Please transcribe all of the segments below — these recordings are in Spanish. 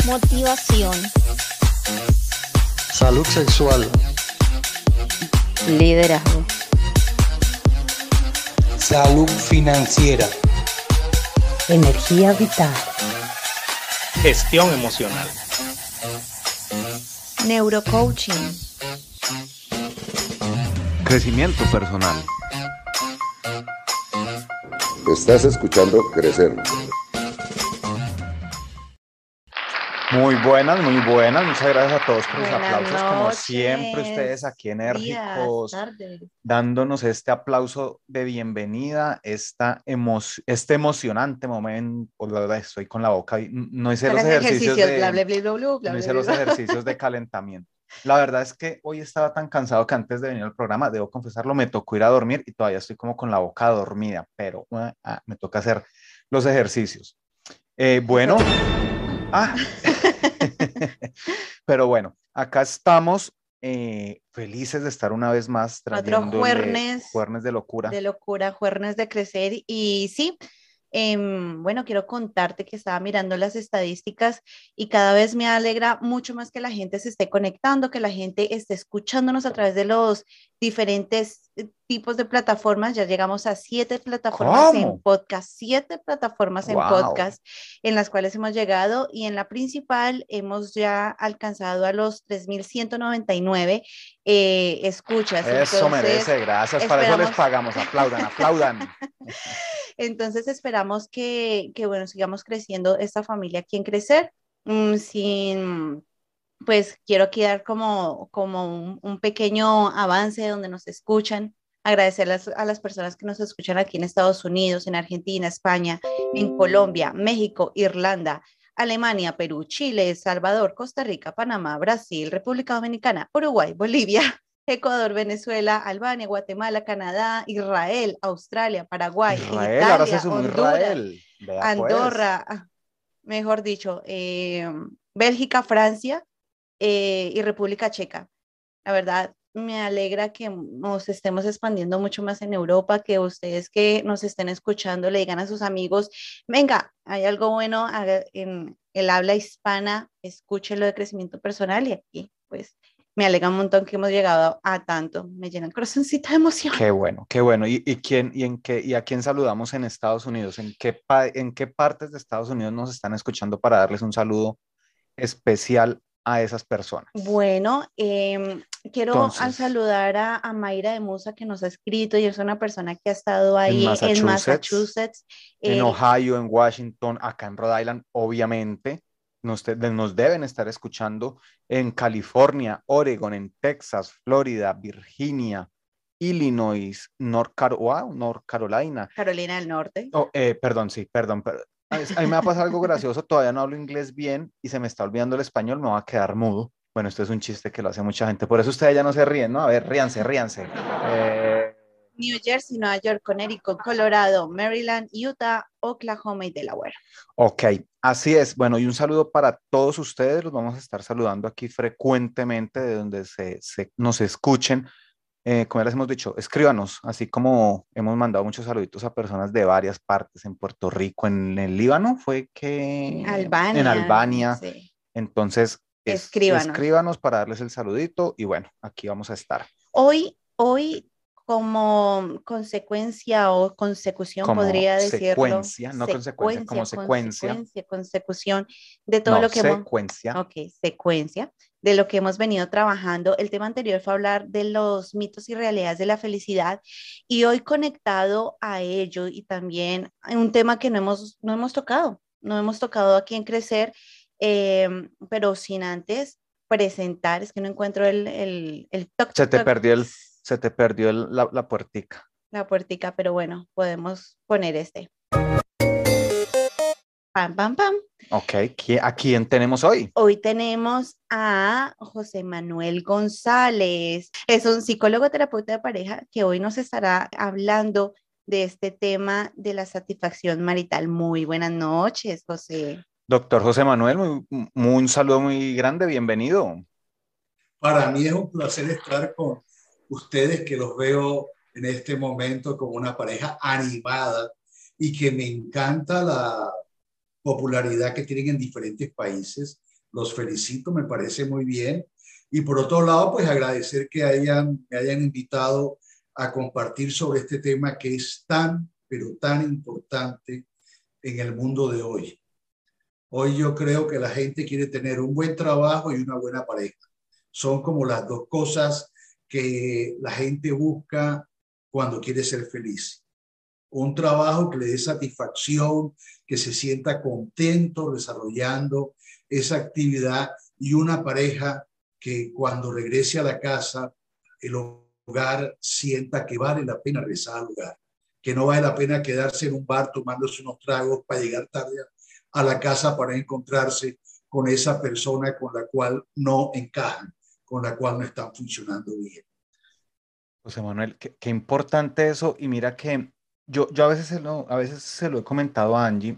motivación, salud sexual, liderazgo, salud financiera, energía vital, gestión emocional, neurocoaching, crecimiento personal. Estás escuchando Crecer. Muy buenas. Muchas gracias a todos por los Buenas aplausos. Como noches, siempre, ustedes aquí enérgicos, días, tardes. dándonos este aplauso de bienvenida, este emocionante momento. Oh, la verdad, estoy con la boca. No hice los ejercicios bla, bla, bla, bla, bla, bla, no hice bla, los bla. ejercicios de calentamiento. La verdad es que hoy estaba tan cansado que antes de venir al programa, debo confesarlo, me tocó ir a dormir y todavía estoy como con la boca dormida, pero me toca hacer los ejercicios. Bueno, pero bueno, acá estamos felices de estar una vez más Otro trayéndole jueves de locura. De locura, jueves de crecer. Y sí, bueno, quiero contarte que estaba mirando las estadísticas y cada vez me alegra mucho más que la gente se esté conectando, que la gente esté escuchándonos a través de los diferentes tipos de plataformas. Ya llegamos a 7 plataformas en podcast, 7 plataformas en podcast en las cuales hemos llegado, y en la principal hemos ya alcanzado a los 3,199 escuchas. Eso Entonces, merece, gracias. Para eso les pagamos. Aplaudan. Entonces esperamos que bueno, sigamos creciendo esta familia aquí en Crecer. Pues quiero aquí dar como un pequeño avance donde nos escuchan. Agradecer a las personas que nos escuchan aquí en Estados Unidos, en Argentina, España, en Colombia, México, Irlanda, Alemania, Perú, Chile, Salvador, Costa Rica, Panamá, Brasil, República Dominicana, Uruguay, Bolivia, Ecuador, Venezuela, Albania, Guatemala, Canadá, Israel, Australia, Paraguay, Italia, ahora se sumó Honduras, Israel. Vea, Andorra, pues. Mejor dicho, Bélgica, Francia y República Checa. La verdad, me alegra que nos estemos expandiendo mucho más en Europa, que ustedes que nos estén escuchando le digan a sus amigos, venga, hay algo bueno en el habla hispana, escúchenlo de crecimiento personal, y aquí pues me alegra un montón que hemos llegado a tanto, me llena el corazoncito de emoción. Qué bueno. ¿Y a quién saludamos en Estados Unidos? ¿En qué partes de Estados Unidos nos están escuchando para darles un saludo especial a esas personas? Bueno, quiero saludar a Mayra de Musa, que nos ha escrito, y es una persona que ha estado ahí en Massachusetts, en Ohio, en Washington, acá en Rhode Island, obviamente. Nos deben estar escuchando en California, Oregon, en Texas, Florida, Virginia, Illinois, North Carolina. Carolina del Norte. Perdón. A mí me va a pasar algo gracioso, todavía no hablo inglés bien y se me está olvidando el español, me va a quedar mudo. Bueno, esto es un chiste que lo hace mucha gente, por eso ustedes ya no se ríen, ¿no? A ver, ríanse. New Jersey, Nueva York, Connecticut, Colorado, Maryland, Utah, Oklahoma y Delaware. Ok, así es. Bueno, y un saludo para todos ustedes, los vamos a estar saludando aquí frecuentemente de donde nos escuchen. Como ya les hemos dicho, escríbanos, así como hemos mandado muchos saluditos a personas de varias partes, en Puerto Rico, en el Líbano, en Albania. Sí. Entonces, escríbanos para darles el saludito y bueno, aquí vamos a estar. Hoy como consecuencia o consecución, podría decirlo. Consecución de todo lo que secuencia de lo que hemos venido trabajando. El tema anterior fue hablar de los mitos y realidades de la felicidad, y hoy conectado a ello, y también un tema que no hemos tocado aquí en Crecer, pero sin antes presentar, es que no encuentro el toc. Se te perdió la puertica. La puertica, pero bueno, podemos poner este. Pam, pam, pam. Ok, ¿a quién tenemos hoy? Hoy tenemos a José Manuel González. Es un psicólogo terapeuta de pareja que hoy nos estará hablando de este tema de la satisfacción marital. Muy buenas noches, José. Doctor José Manuel, un saludo muy grande, bienvenido. Para mí es un placer estar con ustedes, que los veo en este momento como una pareja animada y que me encanta la popularidad que tienen en diferentes países Los felicito, me parece muy bien. Y por otro lado, pues agradecer que me hayan invitado a compartir sobre este tema que es tan, pero tan importante en el mundo de hoy. Hoy yo creo que la gente quiere tener un buen trabajo y una buena pareja. Son como las dos cosas que la gente busca cuando quiere ser feliz. Un trabajo que le dé satisfacción, que se sienta contento desarrollando esa actividad, y una pareja que cuando regrese a la casa, el hogar, sienta que vale la pena regresar al hogar, que no vale la pena quedarse en un bar tomándose unos tragos para llegar tarde a la casa para encontrarse con esa persona con la cual no encajan, con la cual no están funcionando bien. José Manuel, qué importante eso. Y mira que yo a veces se lo he comentado a Angie.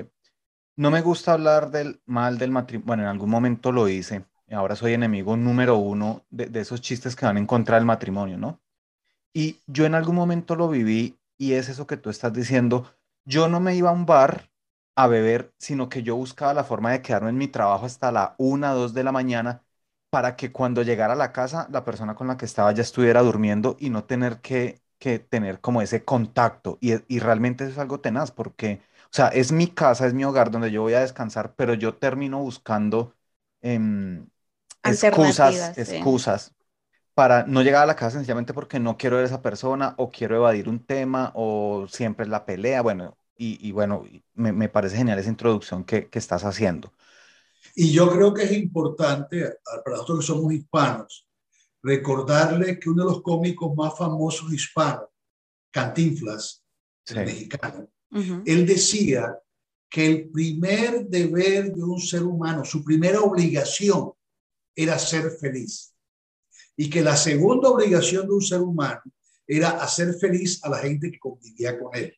No me gusta hablar del mal del matrimonio. Bueno, en algún momento lo hice. Ahora soy enemigo número uno de esos chistes que van en contra del matrimonio, ¿no? Y yo en algún momento lo viví y es eso que tú estás diciendo. Yo no me iba a un bar a beber, sino que yo buscaba la forma de quedarme en mi trabajo hasta la 1, 2 de la mañana para que cuando llegara a la casa la persona con la que estaba ya estuviera durmiendo y no tener que tener como ese contacto. Y realmente eso es algo tenaz porque, o sea, es mi casa, es mi hogar donde yo voy a descansar, pero yo termino buscando em, excusas, Alternativas, sí. excusas para no llegar a la casa sencillamente porque no quiero ver a esa persona o quiero evadir un tema o siempre es la pelea. Bueno, y bueno, me parece genial esa introducción que estás haciendo. Y yo creo que es importante, para nosotros que somos hispanos, recordarle que uno de los cómicos más famosos hispanos, Cantinflas, el Sí, mexicano, Ujú. él decía que el primer deber de un ser humano, su primera obligación, era ser feliz. Y que la segunda obligación de un ser humano era hacer feliz a la gente que convivía con él.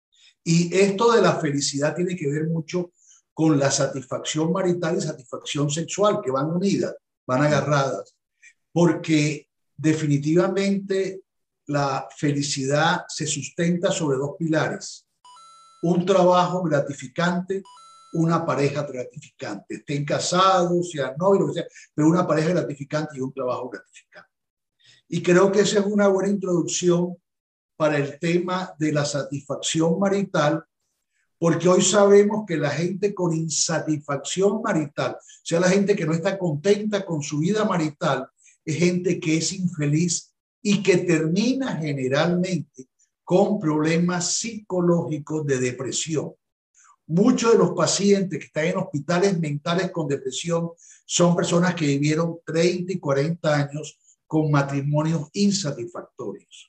Y esto de la felicidad tiene que ver mucho con la satisfacción marital y satisfacción sexual, que van unidas, van agarradas, porque definitivamente la felicidad se sustenta sobre dos pilares: un trabajo gratificante, una pareja gratificante, estén casados, sean novios, lo que sea, pero una pareja gratificante y un trabajo gratificante. Y creo que esa es una buena introducción para el tema de la satisfacción marital, porque hoy sabemos que la gente con insatisfacción marital, o sea, la gente que no está contenta con su vida marital, es gente que es infeliz y que termina generalmente con problemas psicológicos de depresión. Muchos de los pacientes que están en hospitales mentales con depresión son personas que vivieron 30 y 40 años con matrimonios insatisfactorios.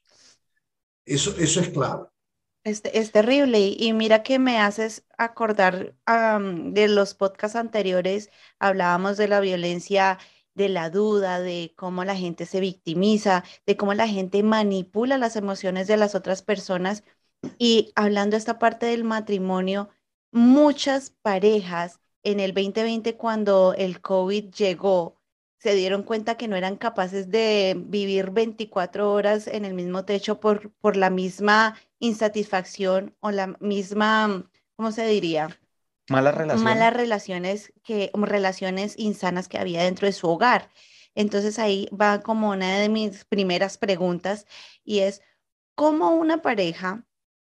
Eso es clave. Es terrible y mira que me haces acordar de los podcasts anteriores, hablábamos de la violencia, de la duda, de cómo la gente se victimiza, de cómo la gente manipula las emociones de las otras personas. Y hablando de esta parte del matrimonio, muchas parejas en el 2020, cuando el COVID llegó, se dieron cuenta que no eran capaces de vivir 24 horas en el mismo techo por la misma insatisfacción o la misma, ¿cómo se diría? malas relaciones. Malas relaciones, relaciones insanas que había dentro de su hogar. Entonces ahí va como una de mis primeras preguntas y es, ¿cómo una pareja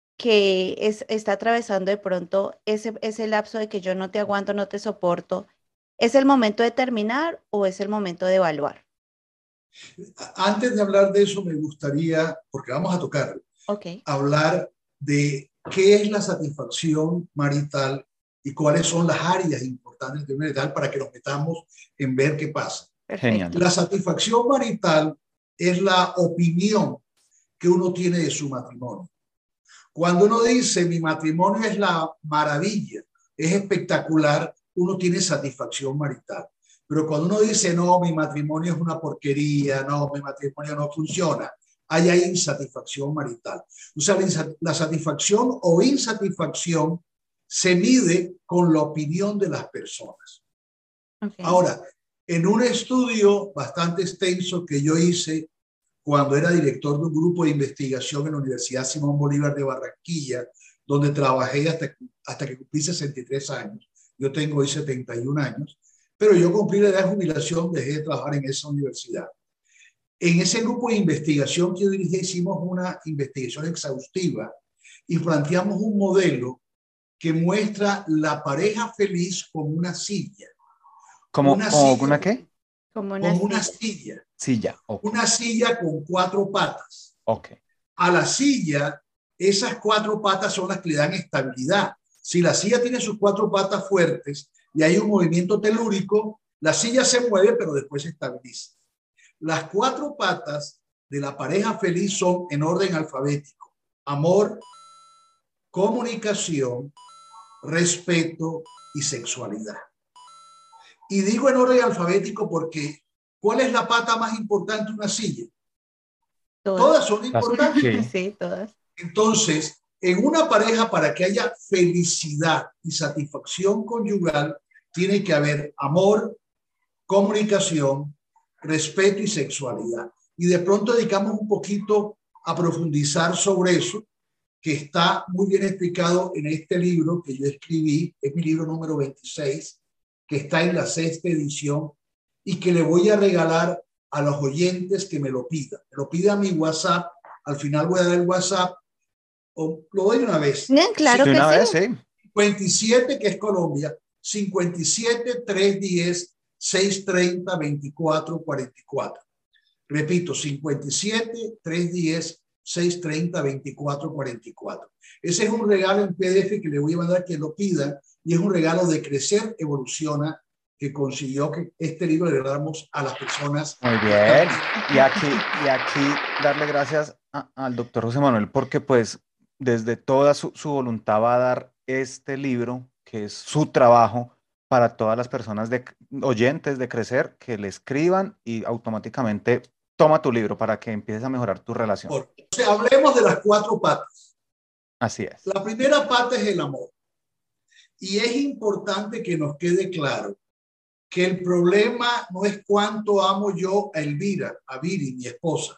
está atravesando de pronto ese lapso de que yo no te aguanto, no te soporto, ¿es el momento de terminar o es el momento de evaluar? Antes de hablar de eso, me gustaría, porque vamos a tocar, Ok, hablar de qué es la satisfacción marital y cuáles son las áreas importantes de marital para que nos metamos en ver qué pasa. Genial. perfecto. La satisfacción marital es la opinión que uno tiene de su matrimonio. Cuando uno dice mi matrimonio es la maravilla, es espectacular, uno tiene satisfacción marital. Pero cuando uno dice no, mi matrimonio es una porquería, no, mi matrimonio no funciona, hay insatisfacción marital. O sea, la satisfacción o insatisfacción se mide con la opinión de las personas. Okay. Ahora, en un estudio bastante extenso que yo hice cuando era director de un grupo de investigación en la Universidad Simón Bolívar de Barranquilla, donde trabajé hasta que cumplí 63 años. Yo tengo hoy 71 años. pero yo cumplí la edad de jubilación, dejé de trabajar en esa universidad. En ese grupo de investigación que yo dirigí hicimos una investigación exhaustiva y planteamos un modelo que muestra la pareja feliz como una silla. ¿Como Una como silla una qué? Como una como una silla. silla. Silla. Ok. Una silla con 4 patas. Ok. A la silla, esas 4 patas son las que le dan estabilidad. Si la silla tiene sus 4 patas fuertes y hay un movimiento telúrico, la silla se mueve, pero después se estabiliza. Las 4 patas de la pareja feliz son en orden alfabético: amor, comunicación, respeto y sexualidad. Y digo en orden alfabético porque ¿cuál es la pata más importante de una silla? Todas son importantes. Sí. Sí, todas. Entonces, en una pareja, para que haya felicidad y satisfacción conyugal, tiene que haber amor, comunicación, respeto y sexualidad. Y de pronto dedicamos un poquito a profundizar sobre eso, que está muy bien explicado en este libro que yo escribí, es mi libro número 26, que está en la 6ª edición y que le voy a regalar a los oyentes que me lo pidan. Me lo pida a mi WhatsApp, al final voy a dar el WhatsApp, o lo doy una vez. Claro De que una sí. vez, sí. 57, que es Colombia, 57 310 630 24 44. Repito, 57 310 630 24 44. Ese es un regalo en PDF que le voy a mandar a quien lo pida y es un regalo de Crecer Evoluciona que consiguió que este libro le damos a las personas. Muy bien. Y aquí darle gracias al doctor José Manuel porque pues desde toda su voluntad va a dar este libro, que es su trabajo, para todas las personas oyentes de Crecer, que le escriban y automáticamente toma tu libro para que empieces a mejorar tu relación. Entonces, hablemos de las 4 patas. Así es. La primera pata es el amor. Y es importante que nos quede claro que el problema no es cuánto amo yo a Elvira, a Viri, mi esposa.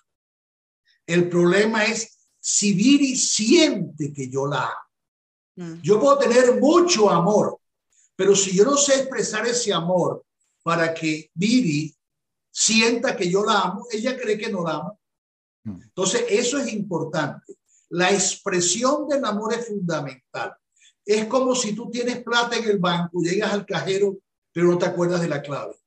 El problema es si Viri siente que yo la amo. Yo puedo tener mucho amor, pero si yo no sé expresar ese amor para que Viri sienta que yo la amo, ella cree que no la amo. Entonces, eso es importante. La expresión del amor es fundamental. Es como si tú tienes plata en el banco, llegas al cajero, pero no te acuerdas de la clave.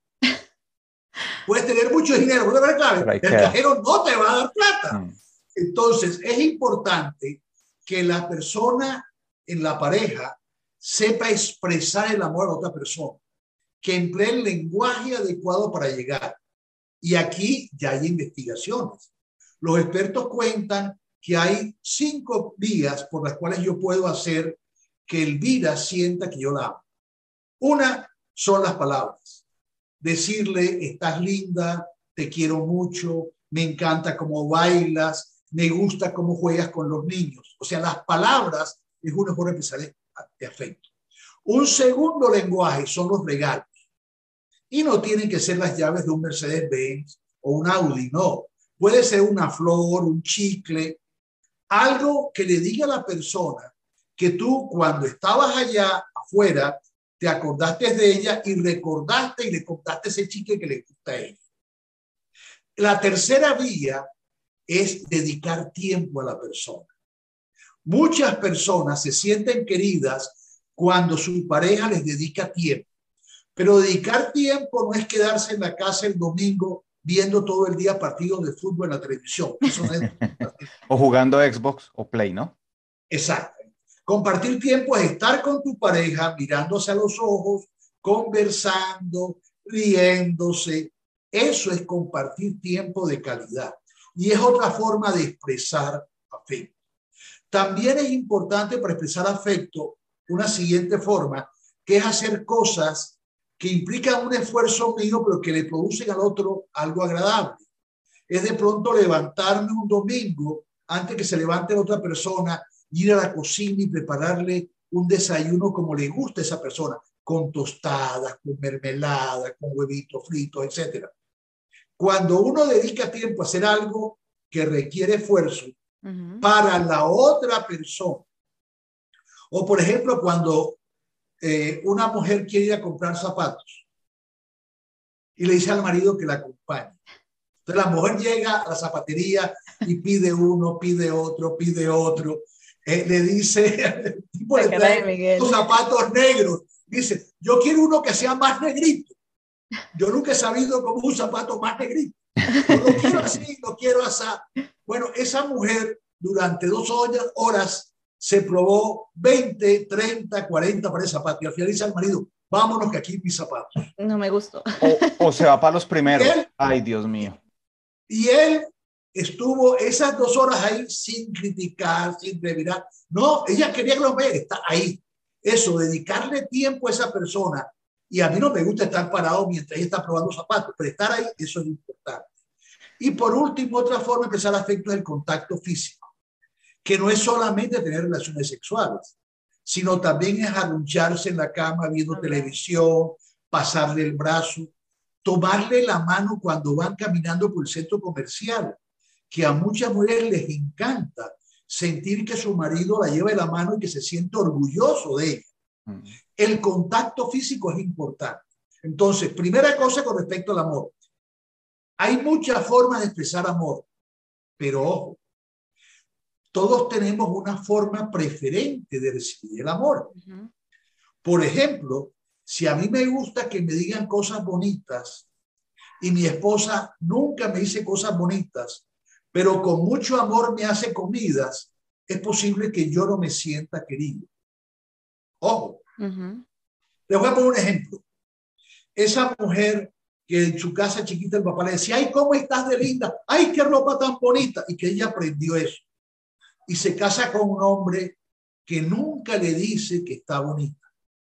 Puedes tener mucho dinero, pero no te acuerdas de la clave. El cajero no te va a dar plata. Entonces, es importante que la persona en la pareja sepa expresar el amor a otra persona, que emplee el lenguaje adecuado para llegar. Y aquí ya hay investigaciones. Los expertos cuentan que hay 5 vías por las cuales yo puedo hacer que Elvira sienta que yo la amo. Una son las palabras. Decirle, estás linda, te quiero mucho, me encanta cómo bailas, me gusta cómo juegas con los niños. O sea, las palabras es una forma de empezar de afecto. Un segundo lenguaje son los regalos. Y no tienen que ser las llaves de un Mercedes-Benz o un Audi, no. Puede ser una flor, un chicle, algo que le diga a la persona que tú cuando estabas allá afuera te acordaste de ella y recordaste y le contaste ese chicle que le gusta a ella. La tercera vía es dedicar tiempo a la persona. Muchas personas se sienten queridas cuando su pareja les dedica tiempo, pero dedicar tiempo no es quedarse en la casa el domingo viendo todo el día partidos de fútbol en la televisión. Eso no es... O jugando Xbox o Play, ¿no? Exacto. Compartir tiempo es estar con tu pareja, mirándose a los ojos, conversando, riéndose. Eso es compartir tiempo de calidad. Y es otra forma de expresar afecto. También es importante para expresar afecto una siguiente forma, que es hacer cosas que implican un esfuerzo mío, pero que le producen al otro algo agradable. Es de pronto levantarme un domingo antes que se levante la otra persona, ir a la cocina y prepararle un desayuno como le gusta a esa persona, con tostadas, con mermelada, con huevitos fritos, etc. Cuando uno dedica tiempo a hacer algo que requiere esfuerzo para la otra persona, o por ejemplo cuando una mujer quiere ir a comprar zapatos y le dice al marido que la acompañe. Entonces la mujer llega a la zapatería y pide uno, pide otro, pide otro. Le dice, el tipo le trae los zapatos negros. Dice, yo quiero uno que sea más negrito. Yo nunca he sabido cómo un zapato más negrito. Yo lo quiero así, lo quiero así. Bueno, esa mujer durante 2 horas se probó 20, 30, 40 pares de zapatos. Y al final dice al marido, vámonos que aquí mis zapatos. No me gustó. O se va para los primeros. Ay, Dios mío. Y él estuvo esas 2 horas ahí sin criticar, sin revirar. No, ella quería que lo vea, está ahí. Eso, dedicarle tiempo a esa persona. Y a mí no me gusta estar parado mientras ella está probando zapatos, pero estar ahí, eso es importante. Y por último, otra forma de expresar afecto es el contacto físico, que no es solamente tener relaciones sexuales, sino también es arruncharse en la cama viendo televisión, pasarle el brazo, tomarle la mano cuando van caminando por el centro comercial, que a muchas mujeres les encanta sentir que su marido la lleva de la mano y que se siente orgulloso de ella. El contacto físico es importante. Entonces, primera cosa con respecto al amor. Hay muchas formas de expresar amor, pero ojo, todos tenemos una forma preferente de recibir el amor. Por ejemplo, si a mí me gusta que me digan cosas bonitas y mi esposa nunca me dice cosas bonitas, pero con mucho amor me hace comidas, es posible que yo no me sienta querido. Ojo. Les voy a poner un ejemplo. Esa mujer que en su casa chiquita el papá le decía, ay, ¿cómo estás de linda? Ay, qué ropa tan bonita. Y que ella aprendió eso. Y se casa con un hombre que nunca le dice que está bonita.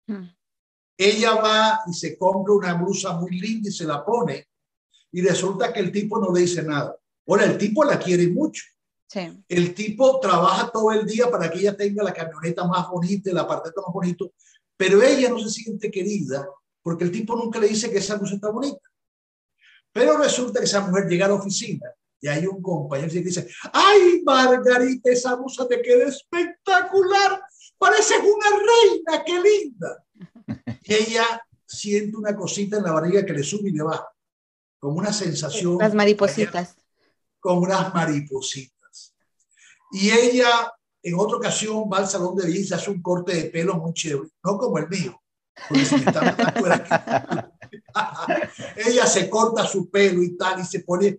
Ella va y se compra una blusa muy linda y se la pone. Y resulta que el tipo no le dice nada. Ahora, el tipo la quiere mucho. Sí. El tipo trabaja todo el día para que ella tenga la camioneta más bonita, el apartamento más bonito, pero ella no se siente querida porque el tipo nunca le dice que esa blusa está bonita. Pero resulta que esa mujer llega a la oficina y hay un compañero que dice, ay, Margarita, esa blusa te queda espectacular, pareces una reina, qué linda. Y ella siente una cosita en la barriga que le sube y le baja, como una sensación. Las maripositas. Con unas maripositas. Y ella, en otra ocasión, va al salón de belleza, hace un corte de pelo muy chévere, no como el mío, porque si me está matando era aquí. Ella se corta su pelo y tal, y se pone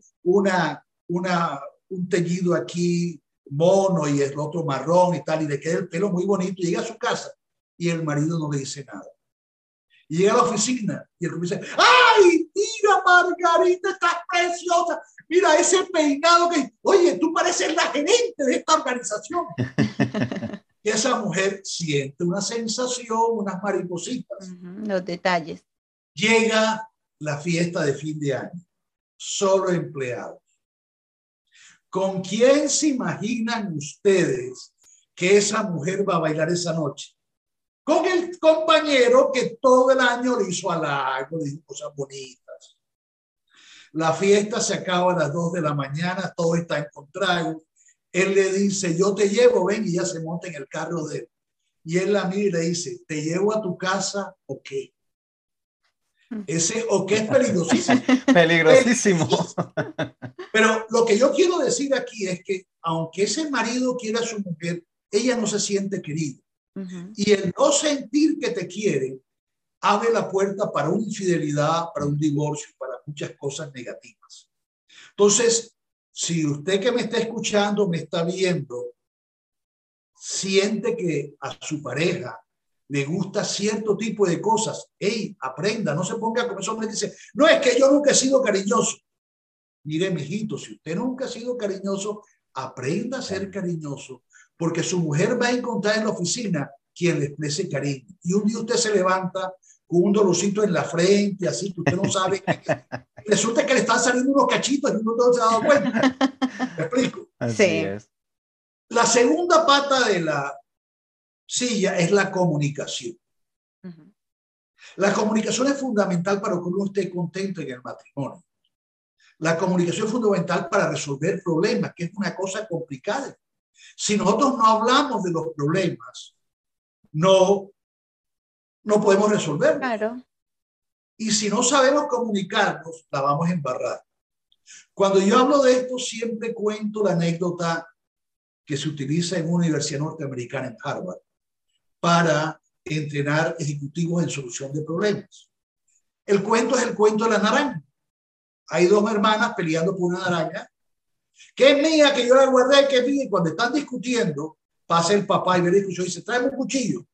un teñido aquí mono y el otro marrón y tal, y le queda el pelo muy bonito. Llega a su casa y el marido no le dice nada. Y llega a la oficina y el hombre dice, ¡ay, mira, Margarita, estás preciosa! Mira ese peinado que... Oye, tú pareces la gerente de esta organización. Y esa mujer siente una sensación, unas maripositas. Los detalles. Llega la fiesta de fin de año. Solo empleados. ¿Con quién se imaginan ustedes que esa mujer va a bailar esa noche? Con el compañero que todo el año le hizo halagos, le dijo cosas bonitas. La fiesta se acaba a las 2 de la mañana, todo está en contrario. Él le dice, yo te llevo, ven, y ya se monta en el carro de él. Y él la mira y le dice, ¿te llevo a tu casa o qué? Ese o qué es peligrosísimo. Peligrosísimo. Pero lo que yo quiero decir aquí es que aunque ese marido quiera a su mujer, ella no se siente querida. Y el no sentir que te quiere abre la puerta para una infidelidad, para un divorcio, para muchas cosas negativas. Entonces, si usted que me está escuchando, me está viendo, siente que a su pareja le gusta cierto tipo de cosas, hey, aprenda, no se ponga como ese hombre que dice, no, es que yo nunca he sido cariñoso. Mire, mijito, si usted nunca ha sido cariñoso, aprenda a ser cariñoso, porque su mujer va a encontrar en la oficina quien le exprese cariño. Y un día usted se levanta con un dolorcito en la frente, así que usted no sabe. Resulta que le están saliendo unos cachitos y uno no se ha dado cuenta. ¿Me explico? Así Sí. es. La segunda pata de la silla es la comunicación. La comunicación es fundamental para que uno esté contento en el matrimonio. La comunicación es fundamental para resolver problemas, que es una cosa complicada. Si nosotros no hablamos de los problemas, no podemos resolverlos. Claro. Y si no sabemos comunicarnos, la vamos a embarrar. Cuando yo hablo de esto, siempre cuento la anécdota que se utiliza en una universidad norteamericana, en Harvard, para entrenar ejecutivos en solución de problemas. El cuento es el cuento de la naranja. Hay dos hermanas peleando por una naranja, que es mía, que yo la guardé, que es mía. Y cuando están discutiendo, pasa el papá y ve la discusión y dice, tráeme un cuchillo.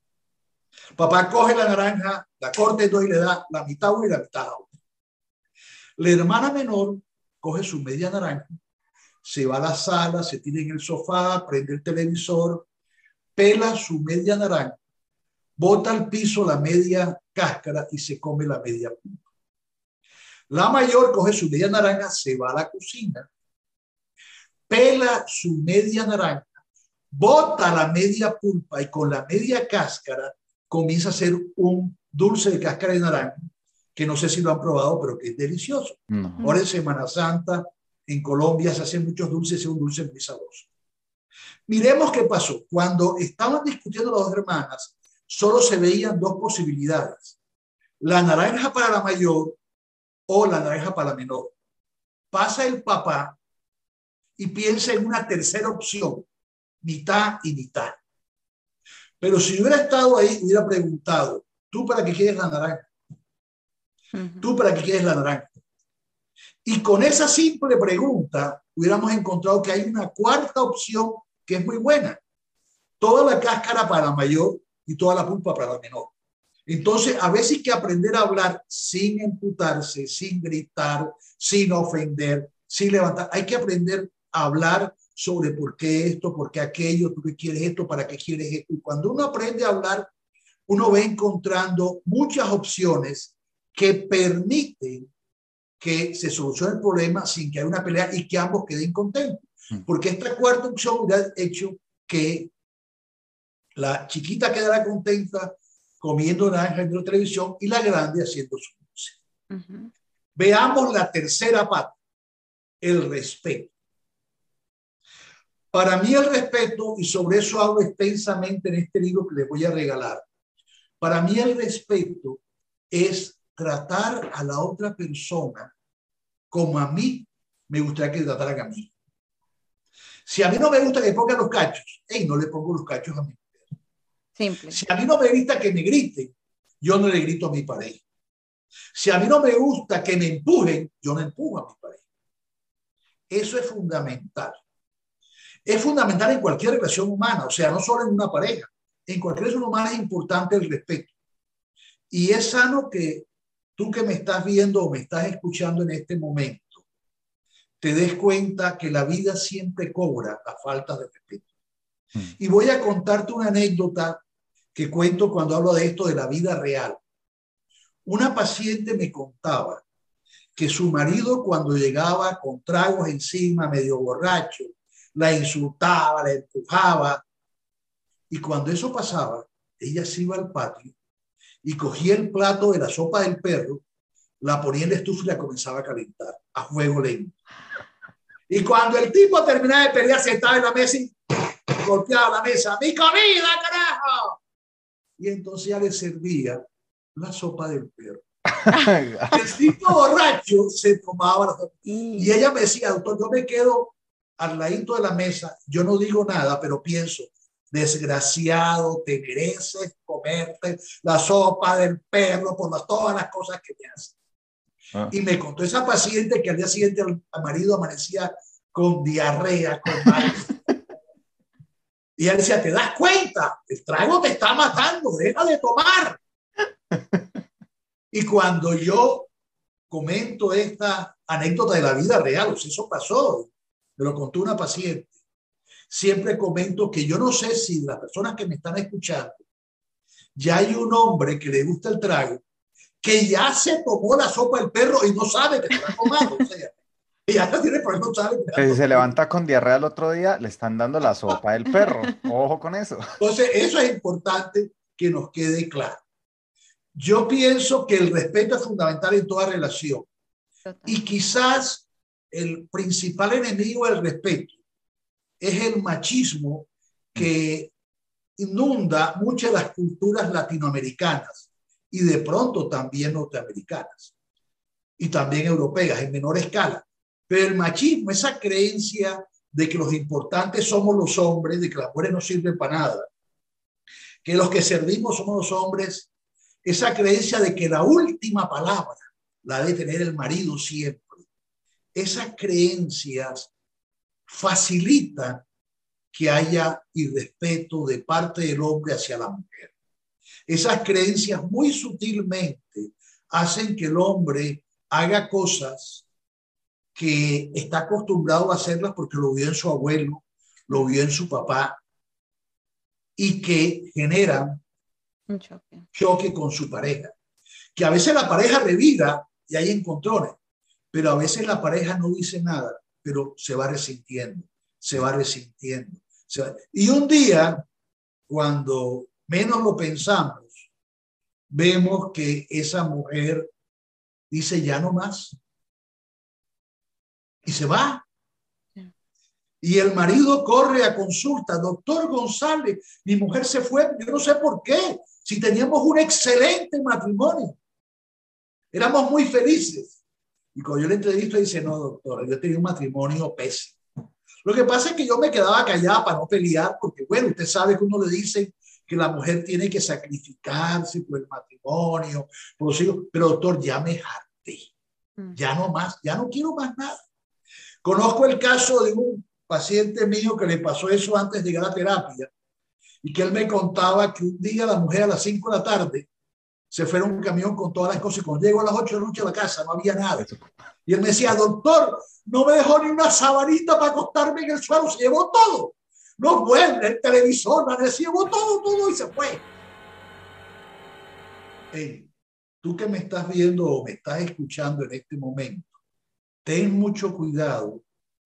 Papá coge la naranja, la corta en dos y le da la mitad a una y la mitad a otra. La hermana menor coge su media naranja, se va a la sala, se tira en el sofá, prende el televisor, pela su media naranja, bota al piso la media cáscara y se come la media pulpa. La mayor coge su media naranja, se va a la cocina, pela su media naranja, bota la media pulpa y con la media cáscara comienza a hacer un dulce de cáscara de naranja, que no sé si lo han probado, pero que es delicioso. No. Ahora en Semana Santa, en Colombia se hacen muchos dulces, es un dulce muy sabroso. Miremos qué pasó. Cuando estaban discutiendo las dos hermanas, solo se veían dos posibilidades. La naranja para la mayor o la naranja para la menor. Pasa el papá y piensa en una tercera opción, mitad y mitad. Pero si hubiera estado ahí, hubiera preguntado, ¿tú para qué quieres la naranja? ¿Tú para qué quieres la naranja? Y con esa simple pregunta hubiéramos encontrado que hay una cuarta opción que es muy buena. Toda la cáscara para la mayor y toda la pulpa para la menor. Entonces, a veces hay que aprender a hablar sin imputarse, sin gritar, sin ofender, sin levantar. Hay que aprender a hablar sobre por qué esto, por qué aquello, tú qué quieres esto, para qué quieres esto. Y cuando uno aprende a hablar, uno va encontrando muchas opciones que permiten que se solucione el problema sin que haya una pelea y que ambos queden contentos. Porque esta cuarta opción hubiera hecho que la chiquita quedara contenta comiendo naranja en la televisión y la grande haciendo su dulce. Veamos la tercera pata, el respeto. Para mí el respeto, y sobre eso hablo extensamente en este libro que les voy a regalar, para mí el respeto es tratar a la otra persona como a mí me gustaría que trataran a mí. Si a mí no me gusta que pongan los cachos, no le pongo los cachos a mi mujer. Simple. Si a mí no me gusta que me griten, yo no le grito a mi pareja. Si a mí no me gusta que me empujen, yo no empujo a mi pareja. Eso es fundamental. Es fundamental en cualquier relación humana, o sea, no solo en una pareja. En cualquier relación humana es importante el respeto. Y es sano que tú que me estás viendo o me estás escuchando en este momento, te des cuenta que la vida siempre cobra la falta de respeto. Y voy a contarte una anécdota que cuento cuando hablo de esto de la vida real. Una paciente me contaba que su marido cuando llegaba con tragos encima, medio borracho, la insultaba, la empujaba. Y cuando eso pasaba, ella se iba al patio y cogía el plato de la sopa del perro, la ponía en la estufa y la comenzaba a calentar a fuego lento. Y cuando el tipo terminaba de pelear, sentaba en la mesa y golpeaba la mesa. ¡Mi comida, carajo! Y entonces ya le servía la sopa del perro. El tipo borracho se tomaba la sopa. Y ella me decía, doctor, yo me quedo al ladito de la mesa, yo no digo nada, pero pienso, desgraciado, te mereces comerte la sopa del perro por todas las cosas que me hacen. Y me contó esa paciente que al día siguiente el marido amanecía con diarrea, con mal. Y ella decía, ¿te das cuenta? El trago te está matando, deja de tomar. Y cuando yo comento esta anécdota de la vida real, o sea, eso pasó, me lo contó una paciente, siempre comento que yo no sé si las personas que me están escuchando, ya hay un hombre que le gusta el trago, que ya se tomó la sopa del perro y no sabe que se la ha tomado. O sea, ya la tiene, pero no sabe. Si se levanta con diarrea el otro día, le están dando la sopa del perro. Ojo con eso. Entonces, eso es importante que nos quede claro. Yo pienso que el respeto es fundamental en toda relación. Y quizás el principal enemigo del respeto es el machismo que inunda muchas de las culturas latinoamericanas y de pronto también norteamericanas y también europeas en menor escala. Pero el machismo, esa creencia de que los importantes somos los hombres, de que las mujeres no sirven para nada, que los que servimos somos los hombres, esa creencia de que la última palabra la debe tener el marido siempre. Esas creencias facilitan que haya irrespeto de parte del hombre hacia la mujer. Esas creencias muy sutilmente hacen que el hombre haga cosas que está acostumbrado a hacerlas porque lo vio en su abuelo, lo vio en su papá, y que generan Un choque. choque con su pareja. Que a veces la pareja revira y hay encontrones, pero a veces la pareja no dice nada, pero se va resintiendo, se va resintiendo. Y un día, cuando menos lo pensamos, vemos que esa mujer dice ya no más y se va. Y el marido corre a consulta. Doctor González, mi mujer se fue, yo no sé por qué, si teníamos un excelente matrimonio, éramos muy felices. Y cuando yo le entrevisto, dice, no, doctora, yo tenía un matrimonio pésimo. Lo que pasa es que yo me quedaba callada para no pelear, porque bueno, usted sabe que uno le dice que la mujer tiene que sacrificarse por el matrimonio, por los hijos, pero doctor, ya me harté, ya no más, ya no quiero más nada. Conozco el caso de un paciente mío que le pasó eso antes de llegar a terapia, y que él me contaba que un día la mujer a las 5 de la tarde se fue en un camión con todas las cosas y cuando llegó a las 8 de la noche a la casa no había nada. Y él me decía, doctor, no me dejó ni una sabanita para acostarme en el suelo, se llevó todo. No vuelve el televisor, se llevó todo y se fue. Hey, tú que me estás viendo o me estás escuchando en este momento, ten mucho cuidado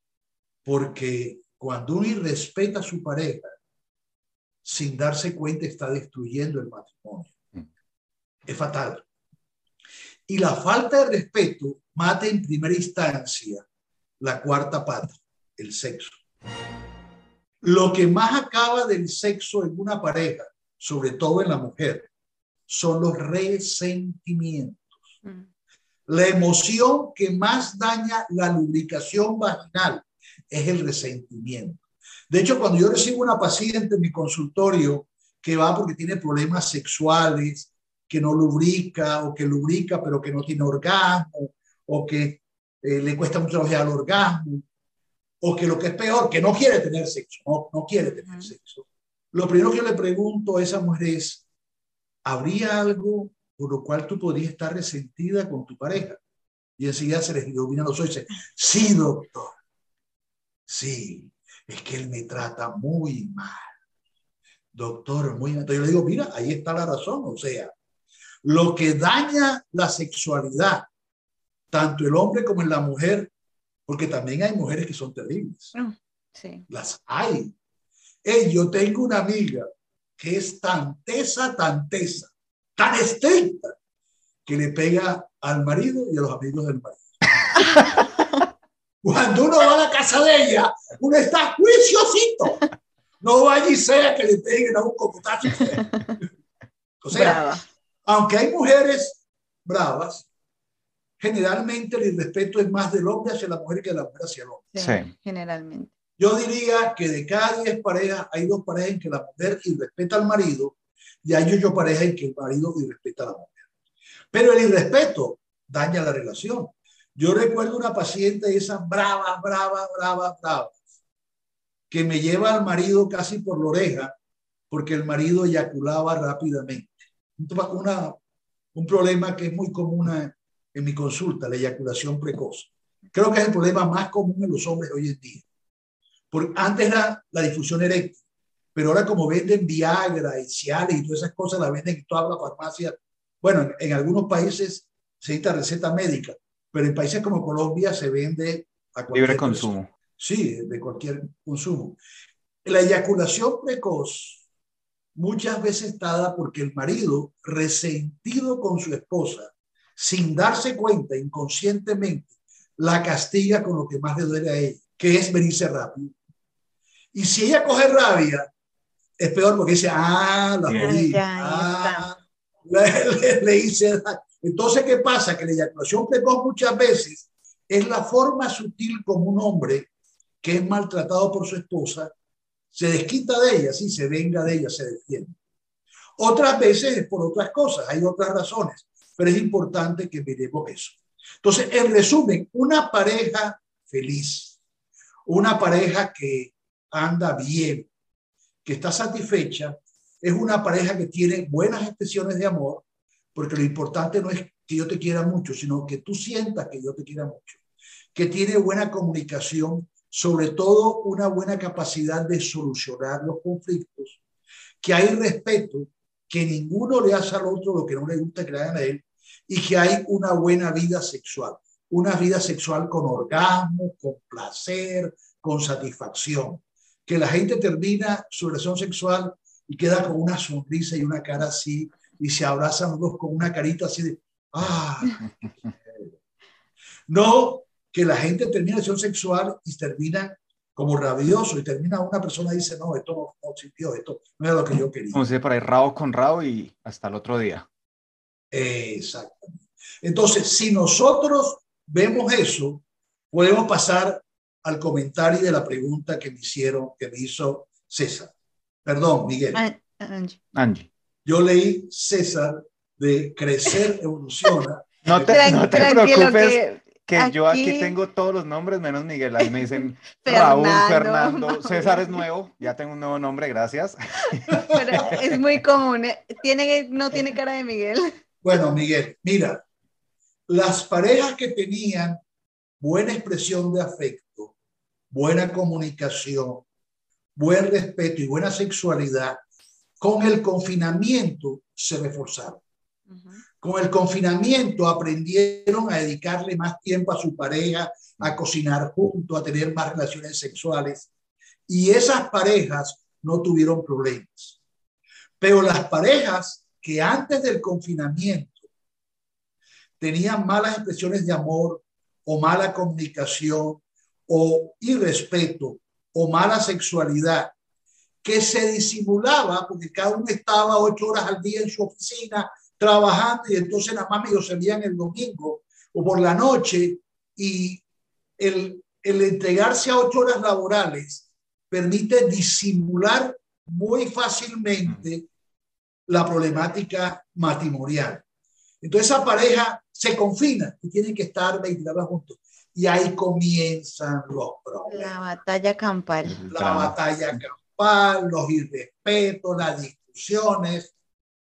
porque cuando uno irrespeta a su pareja, sin darse cuenta está destruyendo el matrimonio. Es fatal. Y la falta de respeto mata en primera instancia la cuarta pata, el sexo. Lo que más acaba del sexo en una pareja, sobre todo en la mujer, son los resentimientos. La emoción que más daña la lubricación vaginal es el resentimiento. De hecho, cuando yo recibo una paciente en mi consultorio que va porque tiene problemas sexuales, que no lubrica o que lubrica pero que no tiene orgasmo o que le cuesta mucho llegar al orgasmo o que lo que es peor, que no quiere tener sexo, no quiere tener sexo. Lo primero que yo le pregunto a esa mujer es, ¿habría algo por lo cual tú podrías estar resentida con tu pareja? Y enseguida se les ilumina los ojos y dice, sí, doctor, sí, es que él me trata muy mal. Doctor, muy mal. Entonces yo le digo, mira, ahí está la razón, o sea, lo que daña la sexualidad, tanto el hombre como en la mujer, porque también hay mujeres que son terribles. Sí. Las hay. Yo tengo una amiga que es tan tesa, tan estricta, que le pega al marido y a los amigos del marido. Cuando uno va a la casa de ella, uno está juiciosito. No vaya y sea que le peguen a un cocotazo. O sea, Brava. Aunque hay mujeres bravas, generalmente el irrespeto es más del hombre hacia la mujer que de la mujer hacia el hombre. Sí. Generalmente. Yo diría que de cada 10 parejas, hay 2 parejas en que la mujer irrespeta al marido y hay 8 parejas en que el marido irrespeta a la mujer. Pero el irrespeto daña la relación. Yo recuerdo una paciente de esas bravas, que me lleva al marido casi por la oreja porque el marido eyaculaba rápidamente. Un problema que es muy común en mi consulta, la eyaculación precoz. Creo que es el problema más común en los hombres hoy en día. Porque antes era la difusión eréctil, pero ahora como venden Viagra y Cialis y todas esas cosas, la venden en todas las farmacias. Bueno, en algunos países se necesita receta médica, pero en países como Colombia se vende a cualquier libre consumo. persona. Sí, de cualquier consumo. La eyaculación precoz muchas veces está dada porque el marido, resentido con su esposa, sin darse cuenta inconscientemente, la castiga con lo que más le duele a ella, que es venirse rápido. Y si ella coge rabia, es peor porque dice, la jodí. le dice. Entonces, ¿qué pasa? Que la eyaculación precoz muchas veces es la forma sutil como un hombre que es maltratado por su esposa se desquita de ella, sí, se venga de ella, se defiende. Otras veces es por otras cosas, hay otras razones, pero es importante que miremos eso. Entonces, en resumen, una pareja feliz, una pareja que anda bien, que está satisfecha, es una pareja que tiene buenas expresiones de amor, porque lo importante no es que yo te quiera mucho, sino que tú sientas que yo te quiera mucho, que tiene buena comunicación, sobre todo una buena capacidad de solucionar los conflictos, que hay respeto, que ninguno le hace al otro lo que no le gusta que le hagan a él, y que hay una buena vida sexual con orgasmo, con placer, con satisfacción, que la gente termina su relación sexual y queda con una sonrisa y una cara así, y se abrazan los dos con una carita así de, no que la gente termina la relación sexual y termina como rabioso, y termina una persona y dice, no, esto no sintió, esto no era lo que yo quería. Como si por ahí rabo con rabo y hasta el otro día. Exactamente. Entonces, si nosotros vemos eso, podemos pasar al comentario de la pregunta que me hizo César. Perdón, Miguel. Angie. Yo leí César de Crecer Evoluciona. No te preocupes, que yo aquí tengo todos los nombres menos Miguel. Ahí me dicen Raúl, Fernando, César es nuevo, ya tengo un nuevo nombre, gracias. Pero es muy común, no tiene cara de Miguel. Bueno, Miguel, mira, las parejas que tenían buena expresión de afecto, buena comunicación, buen respeto y buena sexualidad, con el confinamiento se reforzaron. Con el confinamiento aprendieron a dedicarle más tiempo a su pareja, a cocinar juntos, a tener más relaciones sexuales. Y esas parejas no tuvieron problemas. Pero las parejas que antes del confinamiento tenían malas expresiones de amor o mala comunicación o irrespeto o mala sexualidad, que se disimulaba porque cada uno estaba 8 horas al día en su oficina trabajando, y entonces nada más ellos se veían el domingo o por la noche, y el entregarse a 8 horas laborales permite disimular muy fácilmente la problemática matrimonial. Entonces esa pareja se confina y tienen que estar 20 horas juntos. Y ahí comienzan los problemas. La batalla campal. La batalla campal, los irrespetos, las discusiones.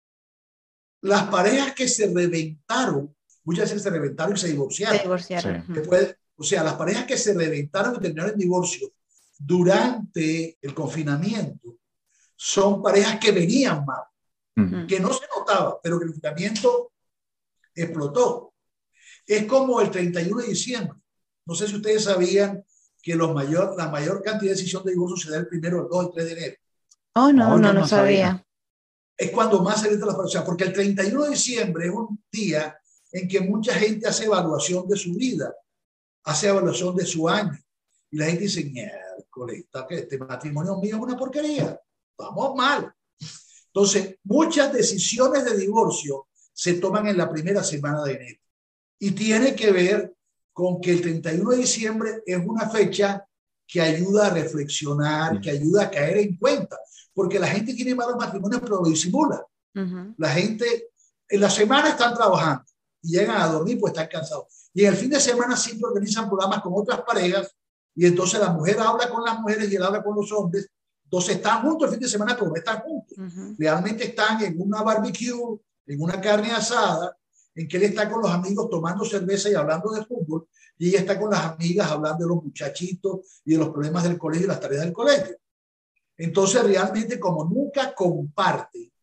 Las parejas que se reventaron, muchas veces se reventaron y se divorciaron. Se divorciaron. Sí. Después, o sea, las parejas que se reventaron y terminaron en divorcio durante el confinamiento son parejas que venían mal, que no se notaba, pero que el confinamiento explotó. Es como el 31 de diciembre. No sé si ustedes sabían que la mayor cantidad de decisión de divorcio se da el 1, el 2 y el 3 de enero. Oh, no sabía. Es cuando más se venta la pareja, porque el 31 de diciembre es un día en que mucha gente hace evaluación de su vida, hace evaluación de su año, y la gente dice, miércoles, este matrimonio mío es una porquería, vamos mal. Entonces, muchas decisiones de divorcio se toman en la primera semana de enero, y tiene que ver con que el 31 de diciembre es una fecha que ayuda a reflexionar, que ayuda a caer en cuenta, porque la gente tiene malos matrimonios pero lo disimula. La gente en la semana están trabajando y llegan a dormir pues están cansados, y en el fin de semana siempre organizan programas con otras parejas, y entonces la mujer habla con las mujeres y él habla con los hombres. Entonces están juntos el fin de semana pero no están juntos. Realmente están en una barbecue, en una carne asada, en que él está con los amigos tomando cerveza y hablando de fútbol, y ella está con las amigas hablando de los muchachitos y de los problemas del colegio y las tareas del colegio. Entonces realmente, como nunca comparte,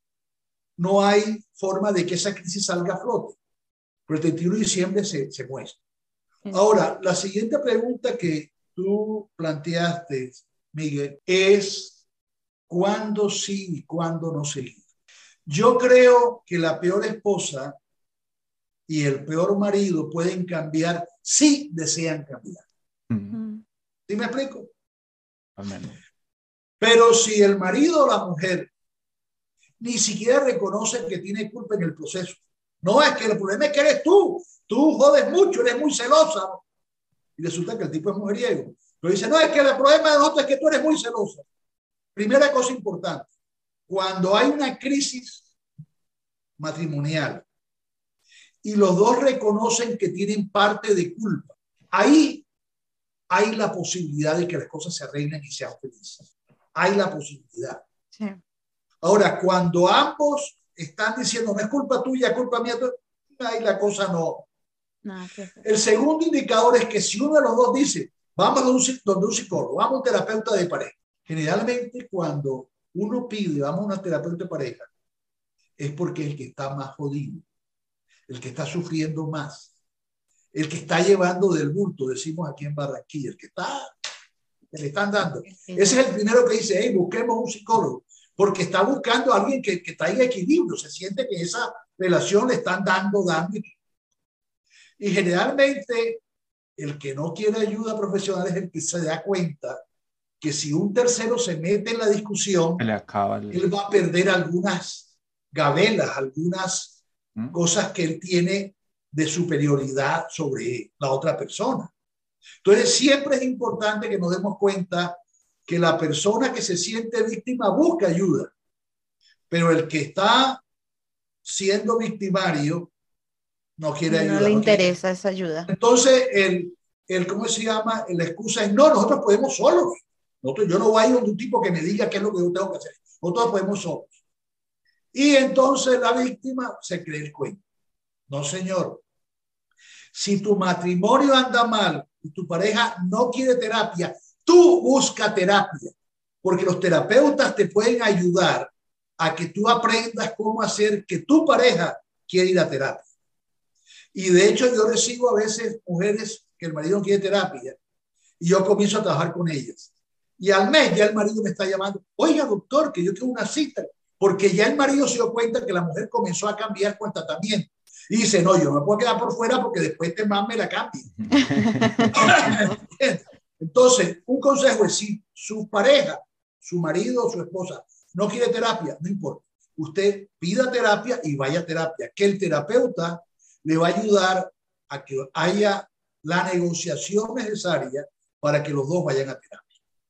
no hay forma de que esa crisis salga a flote. Pero el 31 de diciembre se muestra. Ahora, la siguiente pregunta que tú planteaste, Miguel, es ¿cuándo sí y cuándo no seguir? Yo creo que la peor esposa y el peor marido pueden cambiar si desean cambiar. ¿Sí me explico? Amén. Pero si el marido o la mujer ni siquiera reconoce que tiene culpa en el proceso. No, es que el problema es que eres tú jodes mucho, eres muy celosa. Y resulta que el tipo es mujeriego. Pero dice, no, es que el problema de nosotros es que tú eres muy celosa. Primera cosa importante, cuando hay una crisis matrimonial y los dos reconocen que tienen parte de culpa, ahí hay la posibilidad de que las cosas se arreglen y sean felices. Hay la posibilidad. Sí. Ahora, cuando ambos están diciendo, no es culpa tuya, es culpa mía, ahí la cosa no. El segundo indicador es que si uno de los dos dice, vamos donde un psicólogo, vamos a un terapeuta de pareja. Generalmente cuando uno pide, vamos a una terapeuta de pareja, es porque el que está más jodido, el que está sufriendo más, el que está llevando del bulto, decimos aquí en Barranquilla, el que le están dando. Ese es el primero que dice, hey, busquemos un psicólogo, porque está buscando a alguien que traiga equilibrio, se siente que esa relación le están dando. Y generalmente el que no quiere ayuda profesional es el que se da cuenta que si un tercero se mete en la discusión, él va a perder algunas gabelas, algunas cosas que él tiene de superioridad sobre la otra persona. Entonces siempre es importante que nos demos cuenta que la persona que se siente víctima busca ayuda, pero el que está siendo victimario no quiere ayuda. No le interesa esa ayuda. Entonces, ¿cómo se llama? La excusa es, no, nosotros podemos solos. Yo no voy a ir donde un tipo que me diga qué es lo que yo tengo que hacer. Nosotros podemos solos. Y entonces la víctima se cree el cuento. No, señor. Si tu matrimonio anda mal y tu pareja no quiere terapia, tú busca terapia. Porque los terapeutas te pueden ayudar a que tú aprendas cómo hacer que tu pareja quiera ir a terapia. Y de hecho yo recibo a veces mujeres que el marido no quiere terapia y yo comienzo a trabajar con ellas. Y al mes ya el marido me está llamando, oiga doctor, que yo quiero una cita, porque ya el marido se dio cuenta que la mujer comenzó a cambiar con el tratamiento. Y dice, no, yo no me puedo quedar por fuera porque después este man me la cambie. Entonces, un consejo es, si su pareja, su marido o su esposa no quiere terapia, no importa. Usted pida terapia y vaya a terapia, que el terapeuta le va a ayudar a que haya la negociación necesaria para que los dos vayan a terapia.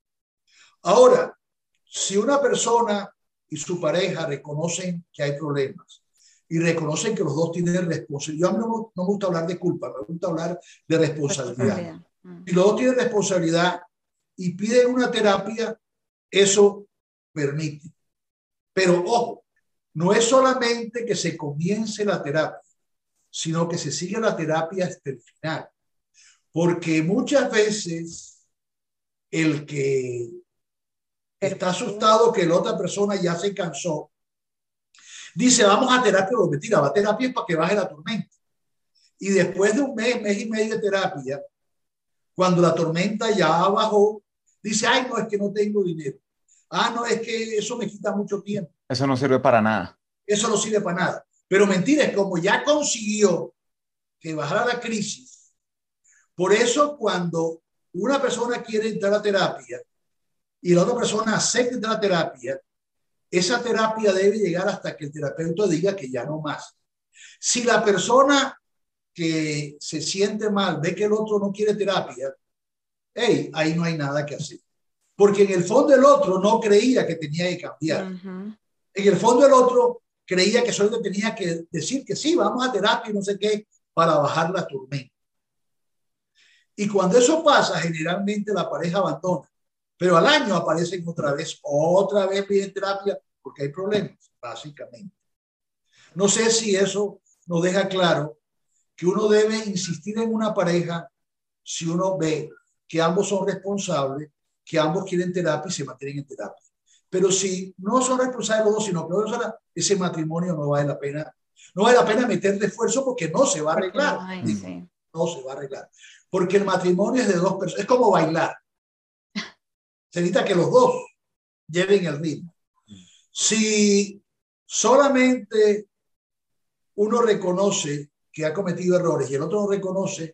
Ahora, si una persona y su pareja reconocen que hay problemas y reconocen que los dos tienen responsabilidad, a mí no me gusta hablar de culpa, me gusta hablar de responsabilidad. Si los dos tienen responsabilidad y piden una terapia, eso permite. Pero ojo, no es solamente que se comience la terapia, sino que se siga la terapia hasta el final. Porque muchas veces el que está asustado que la otra persona ya se cansó, dice, vamos a terapia, o mentira, va a terapia es para que baje la tormenta. Y después de un mes y medio de terapia, cuando la tormenta ya bajó, dice, ay, no, es que no tengo dinero. Ah, no, es que eso me quita mucho tiempo. Eso no sirve para nada. Eso no sirve para nada. Pero mentira, es como ya consiguió que bajara la crisis. Por eso cuando una persona quiere entrar a terapia y la otra persona acepta entrar a terapia, esa terapia debe llegar hasta que el terapeuta diga que ya no más. Si la persona que se siente mal ve que el otro no quiere terapia, hey, ahí no hay nada que hacer. Porque en el fondo el otro no creía que tenía que cambiar. En el fondo el otro creía que solo tenía que decir que sí, vamos a terapia y no sé qué, para bajar la tormenta. Y cuando eso pasa, generalmente la pareja abandona. Pero al año aparecen otra vez piden terapia porque hay problemas, básicamente. No sé si eso nos deja claro que uno debe insistir en una pareja si uno ve que ambos son responsables, que ambos quieren terapia y se mantienen en terapia. Pero si no son responsables los dos, sino que ese matrimonio no vale la pena. No vale la pena meterle esfuerzo porque no se va a arreglar. No se va a arreglar. Porque el matrimonio es de dos personas. Es como bailar. Se necesita que los dos lleven el ritmo. Si solamente uno reconoce que ha cometido errores y el otro no reconoce,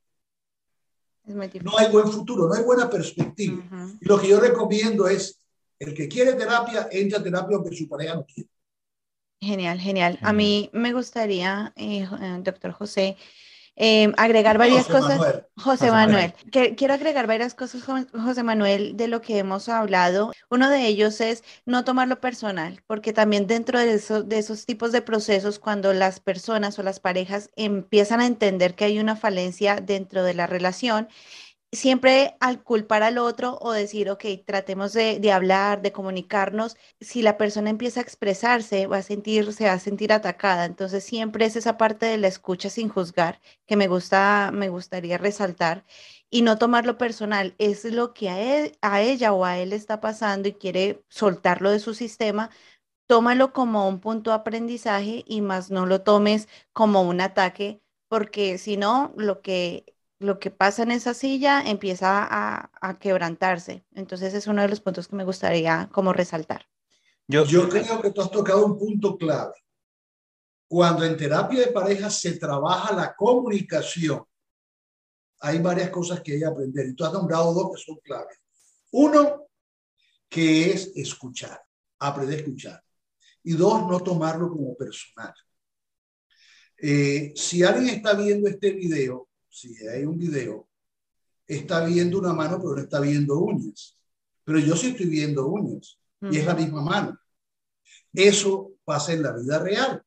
no hay buen futuro, no hay buena perspectiva. Y lo que yo recomiendo es, el que quiere terapia, entra a terapia aunque su pareja no quiere. Genial, genial. A Genial. mí me gustaría, doctor José, agregar No, varias José cosas. Manuel. José José Manuel, Manuel. quiero agregar varias cosas, José Manuel, de lo que hemos hablado. Uno de ellos es no tomarlo personal, porque también dentro de esos tipos de procesos, cuando las personas o las parejas empiezan a entender que hay una falencia dentro de la relación, siempre al culpar al otro o decir, ok, tratemos de hablar, de comunicarnos, si la persona empieza a expresarse, se va a sentir atacada. Entonces siempre es esa parte de la escucha sin juzgar que me gustaría resaltar y no tomarlo personal. Es lo que a ella o a él está pasando y quiere soltarlo de su sistema. Tómalo como un punto de aprendizaje y más no lo tomes como un ataque, porque si no, lo que pasa en esa silla empieza a quebrantarse. Entonces es uno de los puntos que me gustaría como resaltar. Yo, Yo creo que tú has tocado un punto clave. Cuando en terapia de pareja se trabaja la comunicación, hay varias cosas que hay que aprender. Y tú has nombrado dos que son claves. Uno, que es escuchar, aprender a escuchar. Y dos, no tomarlo como personal. Si alguien está viendo este video, si hay un video, está viendo una mano, pero no está viendo uñas. Pero yo sí estoy viendo uñas y es la misma mano. Eso pasa en la vida real.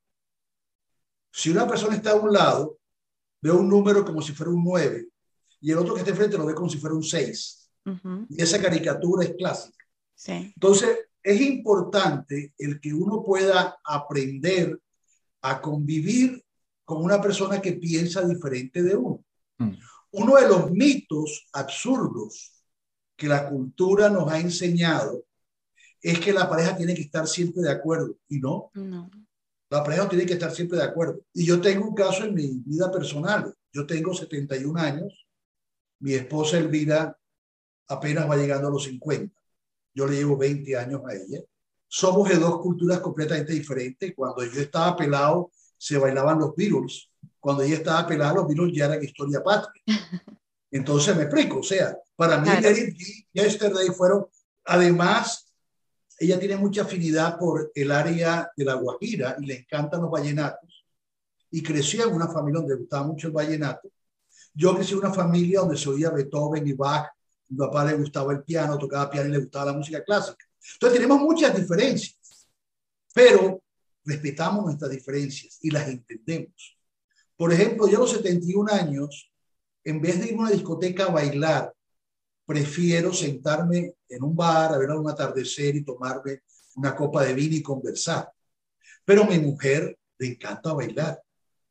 Si una persona está a un lado, ve un número como si fuera un 9 y el otro que está enfrente lo ve como si fuera un 6. Y esa caricatura es clásica. Sí. Entonces, es importante el que uno pueda aprender a convivir con una persona que piensa diferente de uno. Uno de los mitos absurdos que la cultura nos ha enseñado es que la pareja tiene que estar siempre de acuerdo. Y no, la pareja no tiene que estar siempre de acuerdo. Y yo tengo un caso en mi vida personal. Yo tengo 71 años. Mi esposa Elvira apenas va llegando a los 50. Yo le llevo 20 años a ella. Somos de dos culturas completamente diferentes. Cuando yo estaba pelado, se bailaban los Beatles. Cuando ella estaba pelada, los Beatles ya eran historia patria. Entonces me explico. O sea, para mí, Claro. Eric y Yesterday fueron, además, ella tiene mucha afinidad por el área de La Guajira y le encantan los vallenatos. Y creció en una familia donde le gustaba mucho el vallenato. Yo crecí en una familia donde se oía Beethoven y Bach. A mi papá le gustaba el piano, tocaba piano y le gustaba la música clásica. Entonces tenemos muchas diferencias, pero respetamos nuestras diferencias y las entendemos. Por ejemplo, yo a los 71 años, en vez de ir a una discoteca a bailar, prefiero sentarme en un bar a ver un atardecer y tomarme una copa de vino y conversar. Pero a mi mujer le encanta bailar.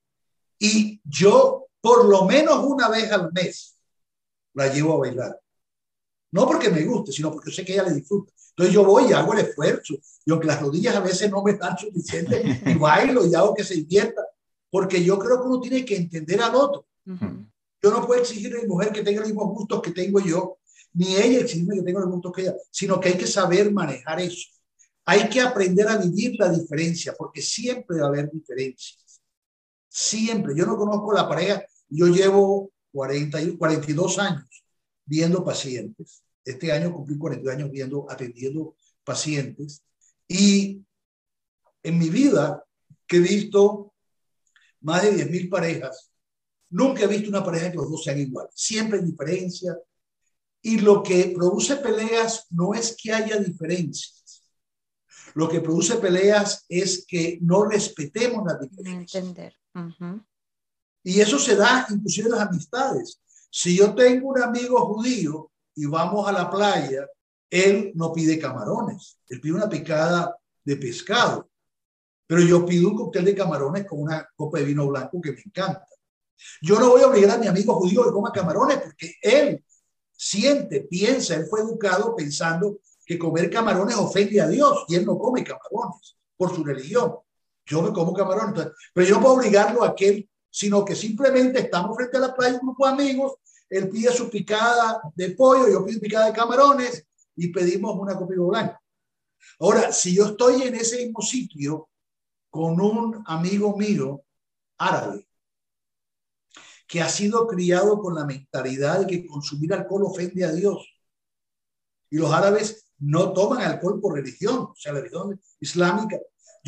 Y yo, por lo menos una vez al mes, la llevo a bailar. No porque me guste, sino porque sé que ella le disfruta. Entonces yo voy y hago el esfuerzo. Y aunque las rodillas a veces no me dan suficiente, y bailo y hago que se divierta. Porque yo creo que uno tiene que entender al otro. Yo no puedo exigirle a mi mujer que tenga los mismos gustos que tengo yo, ni ella exigirme que tenga los gustos que ella, sino que hay que saber manejar eso. Hay que aprender a vivir la diferencia, porque siempre va a haber diferencias. Siempre. Yo no conozco la pareja. Yo llevo 42 años viendo pacientes. Este año cumplí 42 años atendiendo pacientes. Y en mi vida, que he visto más de 10,000 parejas, nunca he visto una pareja que los dos sean iguales. Siempre hay diferencias. Y lo que produce peleas no es que haya diferencias. Lo que produce peleas es que no respetemos las diferencias. No entender. Y eso se da inclusive en las amistades. Si yo tengo un amigo judío y vamos a la playa, él no pide camarones, él pide una picada de pescado. Pero yo pido un cóctel de camarones con una copa de vino blanco que me encanta. Yo no voy a obligar a mi amigo judío que coma camarones porque él siente, piensa, él fue educado pensando que comer camarones ofende a Dios y él no come camarones por su religión. Yo me como camarones, entonces, pero yo no puedo obligarlo a que él, sino que simplemente estamos frente a la playa, un grupo de amigos, él pide su picada de pollo, yo pido picada de camarones y pedimos una copa de vino blanco. Ahora, si yo estoy en ese mismo sitio con un amigo mío árabe que ha sido criado con la mentalidad de que consumir alcohol ofende a Dios, y los árabes no toman alcohol por religión, o sea, la religión islámica.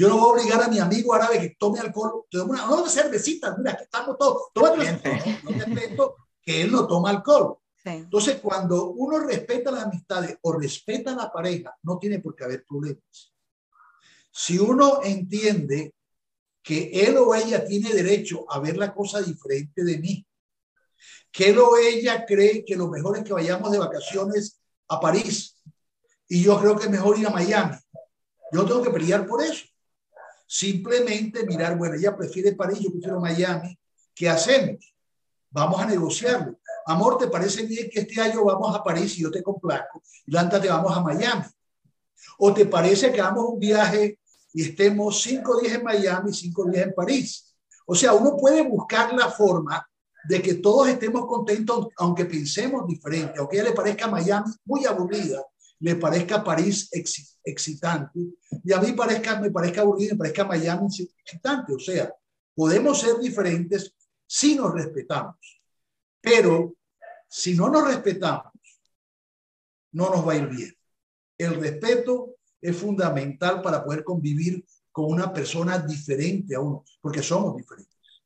Yo no voy a obligar a mi amigo árabe que tome alcohol. Una cervecita, mira, aquí estamos todos. No te acepto que él no toma alcohol. Sí. Entonces, cuando uno respeta las amistades o respeta a la pareja, no tiene por qué haber problemas. Si uno entiende que él o ella tiene derecho a ver la cosa diferente de mí, que él o ella cree que lo mejor es que vayamos de vacaciones a París y yo creo que es mejor ir a Miami, yo tengo que pelear por eso. Simplemente mirar, bueno, ella prefiere París, yo prefiero Miami, ¿qué hacemos? Vamos a negociarlo. Amor, ¿te parece bien que este año vamos a París y yo te complazco y la te vamos a Miami? ¿O te parece que hagamos un viaje y estemos 5 días en Miami, 5 días en París? O sea, uno puede buscar la forma de que todos estemos contentos, aunque pensemos diferente, aunque a ella le parezca Miami muy aburrida, le parezca París excitante, y a mí me parezca aburrido, me parezca Miami excitante. O sea, podemos ser diferentes si nos respetamos, pero si no nos respetamos, no nos va a ir bien. El respeto es fundamental para poder convivir con una persona diferente a uno, porque somos diferentes.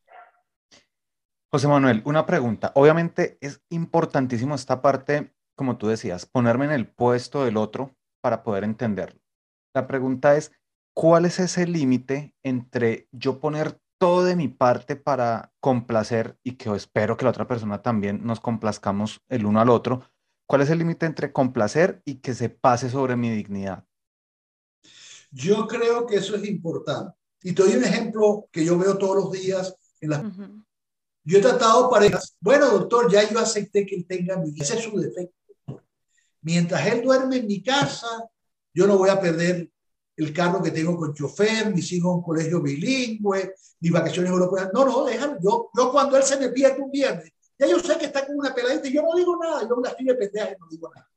José Manuel, una pregunta. Obviamente es importantísimo esta parte, como tú decías, ponerme en el puesto del otro para poder entenderlo. La pregunta es, ¿cuál es ese límite entre yo poner todo de mi parte para complacer y que espero que la otra persona también nos complazcamos el uno al otro? ¿Cuál es el límite entre complacer y que se pase sobre mi dignidad? Yo creo que eso es importante. Y te doy un ejemplo que yo veo todos los días en las... Yo he tratado parejas. Bueno, doctor, ya yo acepté que él tenga ese es su defecto. Mientras él duerme en mi casa, yo no voy a perder el carro que tengo con chofer, mis hijos en un colegio bilingüe, mis vacaciones europeas. No, déjalo. Yo cuando él se me pierde un viernes, ya yo sé que está con una peladita y yo no digo nada. Yo me la estoy de pendeja y no digo nada.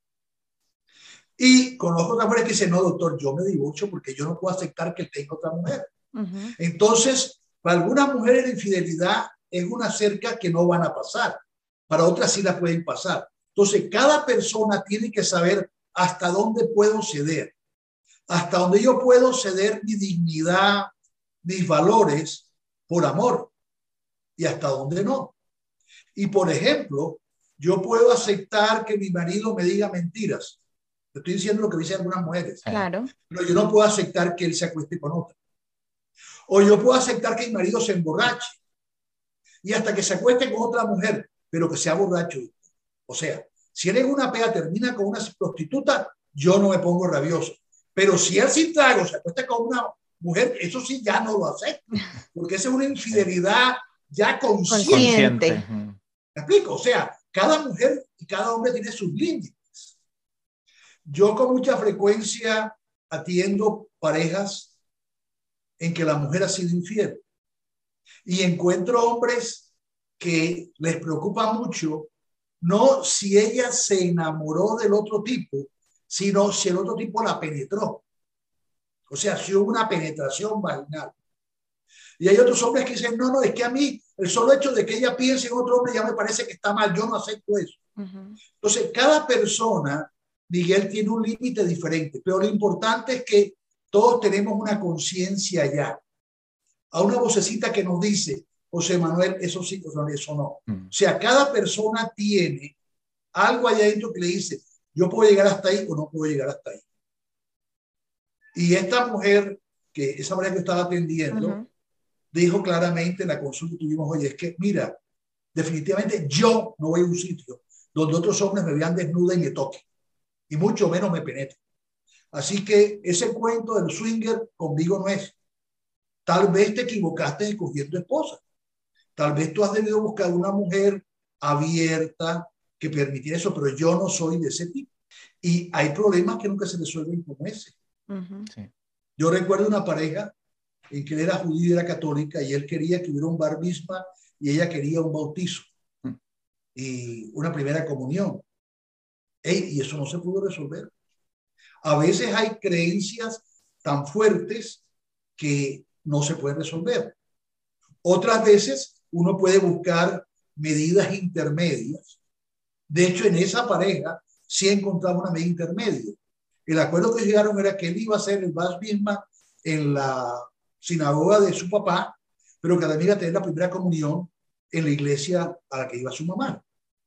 Y conozco a otras mujeres que dicen, no, doctor, yo me divorcio porque yo no puedo aceptar que él tenga otra mujer. Entonces, para algunas mujeres la infidelidad es una cerca que no van a pasar. Para otras sí la pueden pasar. Entonces, cada persona tiene que saber hasta dónde puedo ceder. Hasta dónde yo puedo ceder mi dignidad, mis valores por amor. Y hasta dónde no. Y, por ejemplo, yo puedo aceptar que mi marido me diga mentiras. Estoy diciendo lo que dicen algunas mujeres. Claro. Pero yo no puedo aceptar que él se acueste con otra. O yo puedo aceptar que mi marido se emborrache. Y hasta que se acueste con otra mujer, pero que sea borracho. O sea, si él en una pega termina con una prostituta, yo no me pongo rabioso. Pero si él sin trago se acuesta con una mujer, eso sí ya no lo acepto. Porque esa es una infidelidad ya consciente. ¿Me explico? O sea, cada mujer y cada hombre tiene sus límites. Yo con mucha frecuencia atiendo parejas en que la mujer ha sido infiel. Y encuentro hombres que les preocupa mucho, no si ella se enamoró del otro tipo, sino si el otro tipo la penetró. O sea, si hubo una penetración vaginal. Y hay otros hombres que dicen, no, es que a mí el solo hecho de que ella piense en otro hombre ya me parece que está mal, yo no acepto eso. Entonces, cada persona, Miguel, tiene un límite diferente, pero lo importante es que todos tenemos una conciencia ya. A una vocecita que nos dice, José Manuel, eso sí, eso no. O sea, cada persona tiene algo allá adentro que le dice, yo puedo llegar hasta ahí o no puedo llegar hasta ahí. Y esta mujer, esa mujer que estaba atendiendo, dijo claramente en la consulta que tuvimos hoy, es que, mira, definitivamente yo no voy a un sitio donde otros hombres me vean desnuda y me toquen, y mucho menos me penetren. Así que ese cuento del swinger conmigo no es. Tal vez te equivocaste escogiendo esposa. Tal vez tú has debido buscar una mujer abierta que permitiera eso, pero yo no soy de ese tipo. Y hay problemas que nunca se resuelven como ese. Sí. Yo recuerdo una pareja en que él era judío y era católica y él quería que hubiera un bar mitzvah y ella quería un bautizo y una primera comunión. Y eso no se pudo resolver. A veces hay creencias tan fuertes que no se pueden resolver. Otras veces uno puede buscar medidas intermedias. De hecho, en esa pareja sí encontraba una medida intermedia. El acuerdo que llegaron era que él iba a hacer el bar mitzvah en la sinagoga de su papá, pero que también iba a tener la primera comunión en la iglesia a la que iba su mamá.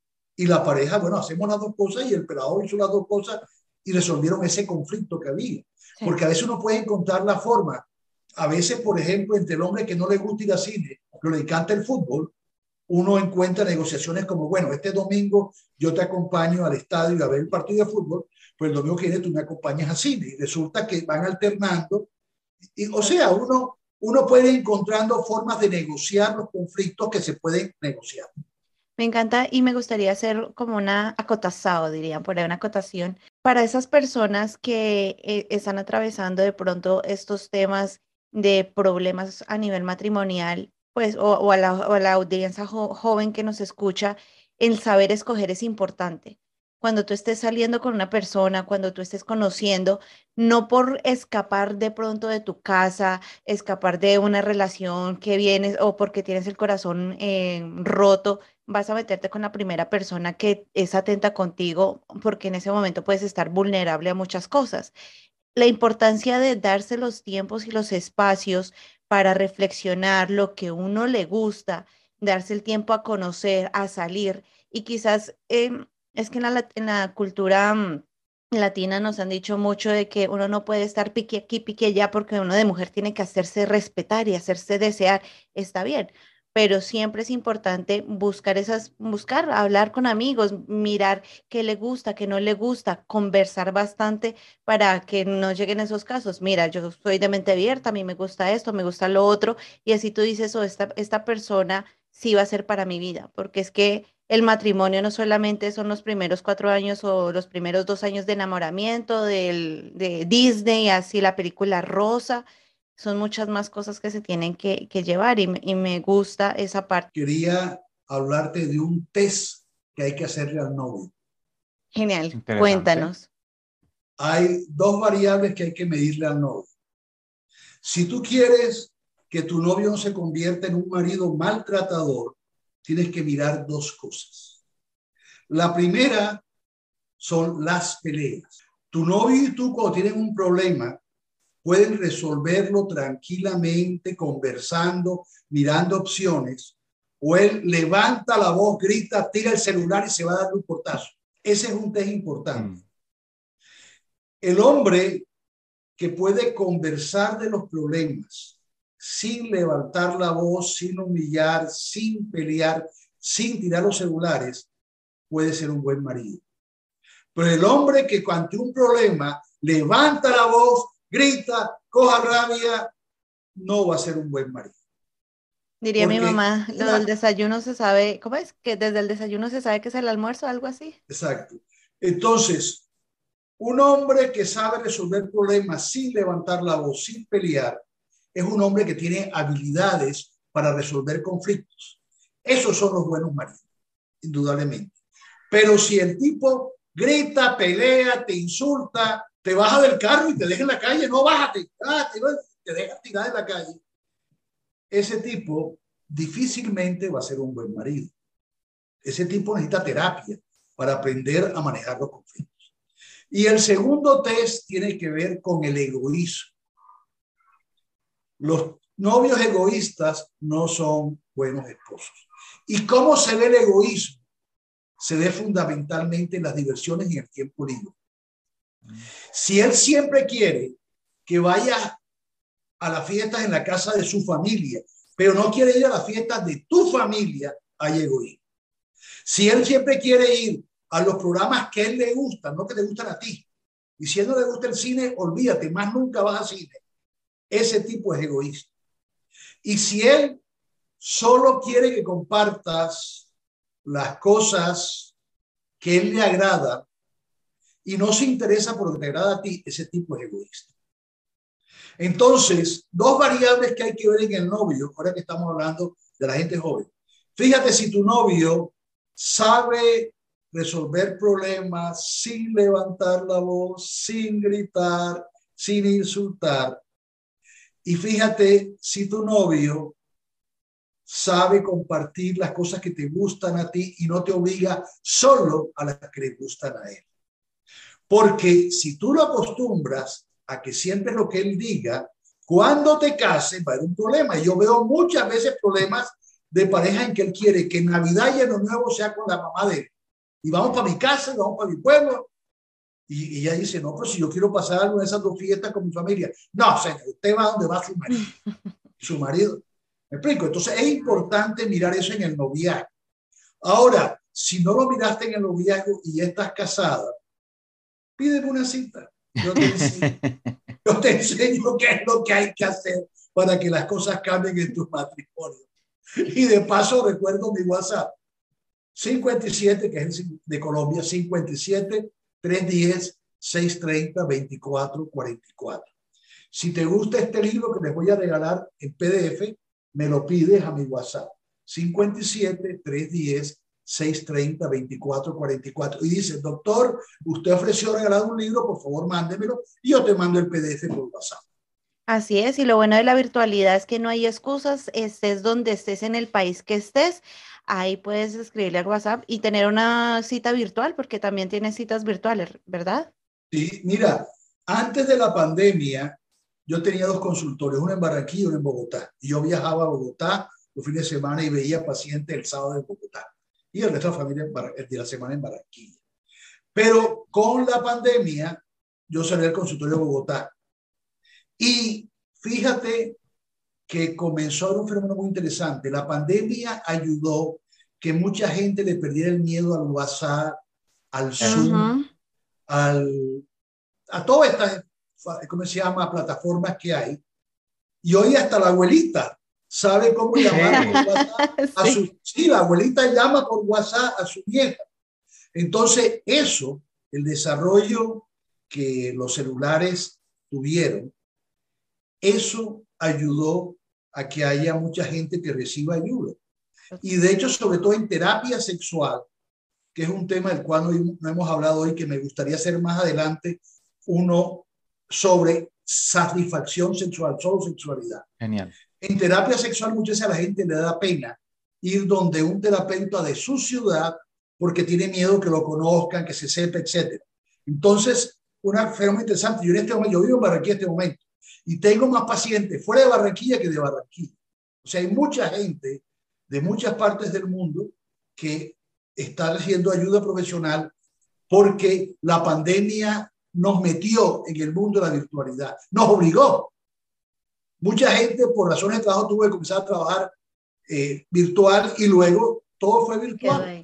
Y la pareja, bueno, hacemos las dos cosas y el pelado hizo las dos cosas y resolvieron ese conflicto que había. Sí. Porque a veces uno puede encontrar la forma. A veces, por ejemplo, entre el hombre que no le gusta ir al cine, pero le encanta el fútbol, uno encuentra negociaciones como, bueno, este domingo yo te acompaño al estadio a ver el partido de fútbol, pues el domingo que viene tú me acompañas al cine. Y resulta que van alternando. Y, o sea, uno puede ir encontrando formas de negociar los conflictos que se pueden negociar. Me encanta y me gustaría hacer como una acotación, diría, por ahí una acotación para esas personas que están atravesando de pronto estos temas de problemas a nivel matrimonial, pues, o a la audiencia joven que nos escucha, el saber escoger es importante. Cuando tú estés saliendo con una persona, cuando tú estés conociendo, no por escapar de pronto de tu casa, escapar de una relación que vienes o porque tienes el corazón roto, vas a meterte con la primera persona que es atenta contigo, porque en ese momento puedes estar vulnerable a muchas cosas. La importancia de darse los tiempos y los espacios para reflexionar lo que uno le gusta, darse el tiempo a conocer, a salir y quizás es que en la cultura latina nos han dicho mucho de que uno no puede estar pique aquí, pique allá, porque uno de mujer tiene que hacerse respetar y hacerse desear. Está bien, pero siempre es importante buscar, hablar con amigos, mirar qué le gusta, qué no le gusta, conversar bastante para que no lleguen esos casos. Mira, yo soy de mente abierta, a mí me gusta esto, me gusta lo otro, y así tú dices, oh, esta persona sí va a ser para mi vida, porque es que el matrimonio no solamente son los primeros 4 años o los primeros 2 años de enamoramiento de Disney, así la película Rosa, son muchas más cosas que se tienen que llevar y me gusta esa parte. Quería hablarte de un test que hay que hacerle al novio. Genial, cuéntanos. Hay 2 variables que hay que medirle al novio. Si tú quieres que tu novio no se convierta en un marido maltratador, tienes que mirar 2 cosas. La primera son las peleas. Tu novio y tú, cuando tienen un problema, pueden resolverlo tranquilamente, conversando, mirando opciones, o él levanta la voz, grita, tira el celular y se va a dar un portazo. Ese es un test importante. El hombre que puede conversar de los problemas sin levantar la voz, sin humillar, sin pelear, sin tirar los celulares, puede ser un buen marido. Pero el hombre que ante un problema levanta la voz, grita, coja rabia, no va a ser un buen marido. Diría mi mamá, lo del desayuno se sabe, ¿cómo es? Que desde el desayuno se sabe que es el almuerzo, algo así. Exacto. Entonces, un hombre que sabe resolver problemas sin levantar la voz, sin pelear, es un hombre que tiene habilidades para resolver conflictos. Esos son los buenos maridos, indudablemente. Pero si el tipo grita, pelea, te insulta, te baja del carro y te deja en la calle, no, bájate, te deja tirar en la calle, ese tipo difícilmente va a ser un buen marido. Ese tipo necesita terapia para aprender a manejar los conflictos. Y el segundo test tiene que ver con el egoísmo. Los novios egoístas no son buenos esposos. ¿Y cómo se ve el egoísmo? Se ve fundamentalmente en las diversiones y en el tiempo libre. Si él siempre quiere que vaya a las fiestas en la casa de su familia, pero no quiere ir a las fiestas de tu familia, hay egoísmo. Si él siempre quiere ir a los programas que a él le gustan, no que te gustan a ti, y si a él no le gusta el cine, olvídate, más nunca vas al cine. Ese tipo es egoísta. Y si él solo quiere que compartas las cosas que a él le agrada y no se interesa por lo que te agrada a ti, ese tipo es egoísta. Entonces, 2 variables que hay que ver en el novio, ahora que estamos hablando de la gente joven. Fíjate si tu novio sabe resolver problemas sin levantar la voz, sin gritar, sin insultar. Y fíjate si tu novio sabe compartir las cosas que te gustan a ti y no te obliga solo a las que le gustan a él. Porque si tú lo acostumbras a que siempre lo que él diga, Cuando te cases va a haber un problema. Y yo veo muchas veces problemas de pareja en que él quiere que Navidad y Año Nuevo sea con la mamá de él. Y vamos para mi casa, vamos para mi pueblo. Y ella dice, no, pues si yo quiero pasar alguna de esas dos fiestas con mi familia. No, señor, usted va donde va su marido. Su marido. ¿Me explico? Entonces es importante mirar eso en el noviazgo. Ahora, si no lo miraste en el noviazgo y ya estás casada, pídeme una cita. Yo te enseño qué es lo que hay que hacer para que las cosas cambien en tu matrimonio. Y de paso recuerdo mi WhatsApp, 57, que es el de Colombia, 57 310 630 2444. Si te gusta este libro que les voy a regalar en PDF, me lo pides a mi WhatsApp, 57 310 630 2444. Y dice, doctor, usted ofreció regalar un libro, por favor mándemelo y yo te mando el PDF por WhatsApp. Así es, y lo bueno de la virtualidad es que no hay excusas, estés donde estés en el país que estés, ahí puedes escribirle al WhatsApp y tener una cita virtual, porque también tienes citas virtuales, ¿verdad? Sí, mira, antes de la pandemia, yo tenía dos consultorios, uno en Barranquilla y uno en Bogotá. Y yo viajaba a Bogotá los fines de semana y veía pacientes el sábado en Bogotá. Y el resto de la familia el de la semana en Barranquilla. Pero con la pandemia, yo salí al consultorio de Bogotá. Y fíjate que comenzó a haber un fenómeno muy interesante. La pandemia ayudó que mucha gente le perdiera el miedo al WhatsApp, al Zoom, a todas estas, ¿cómo se llama?, plataformas que hay. Y hoy hasta la abuelita sabe cómo llamar por WhatsApp a su... Sí, la abuelita llama por WhatsApp a su vieja. Entonces, eso, el desarrollo que los celulares tuvieron, eso ayudó a que haya mucha gente que reciba ayuda. Y de hecho, sobre todo en terapia sexual, que es un tema del cual no hemos hablado hoy, que me gustaría hacer más adelante, uno sobre satisfacción sexual, solo sexualidad. Genial. En terapia sexual muchas veces a la gente le da pena ir donde un terapeuta de su ciudad porque tiene miedo que lo conozcan, que se sepa, etc. Entonces, una fenómeno interesante. Yo en este momento, yo vivo en Barranquilla en este momento y tengo más pacientes fuera de Barranquilla que de Barranquilla. O sea, hay mucha gente de muchas partes del mundo que está recibiendo ayuda profesional porque la pandemia nos metió en el mundo de la virtualidad, nos obligó. Mucha gente por razones de trabajo tuvo que comenzar a trabajar virtual y luego todo fue virtual.